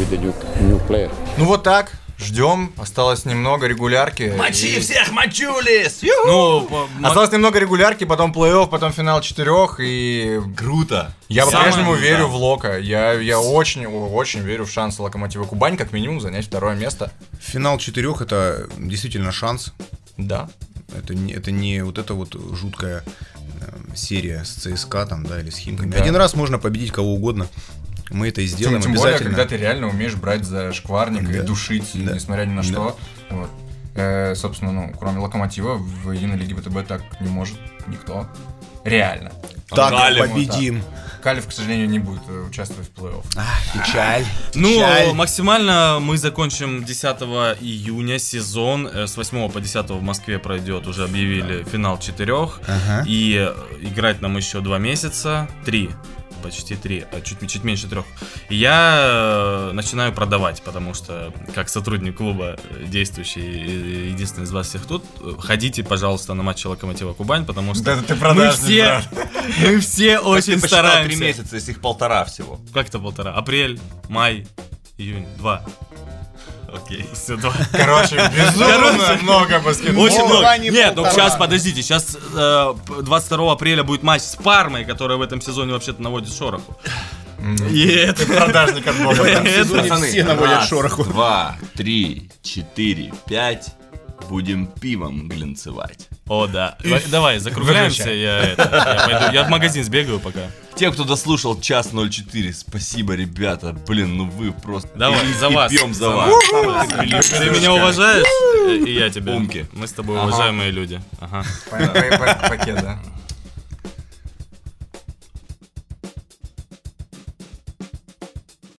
Ну вот так, ждем, осталось немного регулярки. Мочи И- всех, Мачулис! Ну, по- Осталось немного регулярки, потом плей-офф, потом финал четырех, и Круто! я Самое- по-прежнему да. верю в Лока. Я, я очень, очень верю в шанс Локомотива Кубань, как минимум занять второе место. Финал четырех — это действительно шанс. Да. Это не, это не вот эта вот жуткая э, серия с ЦСКА там, да, или с Химками. Да. Один раз можно победить кого угодно. Мы это и Тем, сделаем тем более, обязательно. когда ты реально умеешь брать за шкварник и Да. душить, Да. несмотря ни на Да. что. Вот. Э, собственно, ну, кроме Локомотива, в единой лиге ВТБ так не может никто. Реально. Так Галим, победим. Калев, к сожалению, не будет участвовать в плей-офф. Печаль. Ну, Печаль. максимально мы закончим десятого июня сезон. С восьмого по десятое в Москве пройдет, уже объявили финал четырех. Ага. И играть нам еще два месяца, три. Почти три, а чуть, чуть меньше трех. И я начинаю продавать, потому что, как сотрудник клуба, действующий, единственный из вас всех тут, ходите, пожалуйста, на матчи Локомотива Кубань, потому что Да, ты мы все, мы все очень Ты стараемся. три месяца, если их полтора всего. Как это полтора? Апрель, май, июнь, два. Окей, все, два. Короче, безумно много баскетбола. Очень много. два, не Нет, ну полтора. сейчас, подождите, сейчас э, двадцать второго апреля будет матч с Пармой, которая в этом сезоне вообще-то наводит шороху. И это Продажник от бога. Пацаны, все наводят раз, шороху. два, три, четыре, пять. Будем пивом глинцевать. О, да. Давай, закругляемся. Я, это, я, пойду, я в магазин сбегаю пока. Тем, кто дослушал час ноль четыре, спасибо, ребята. Блин, ну вы просто... Давай, и, за и вас. пьем за За вас. Ты меня уважаешь, и я тебя. Умки. Мы с тобой Ага. уважаемые люди. Ага. Пакет, да.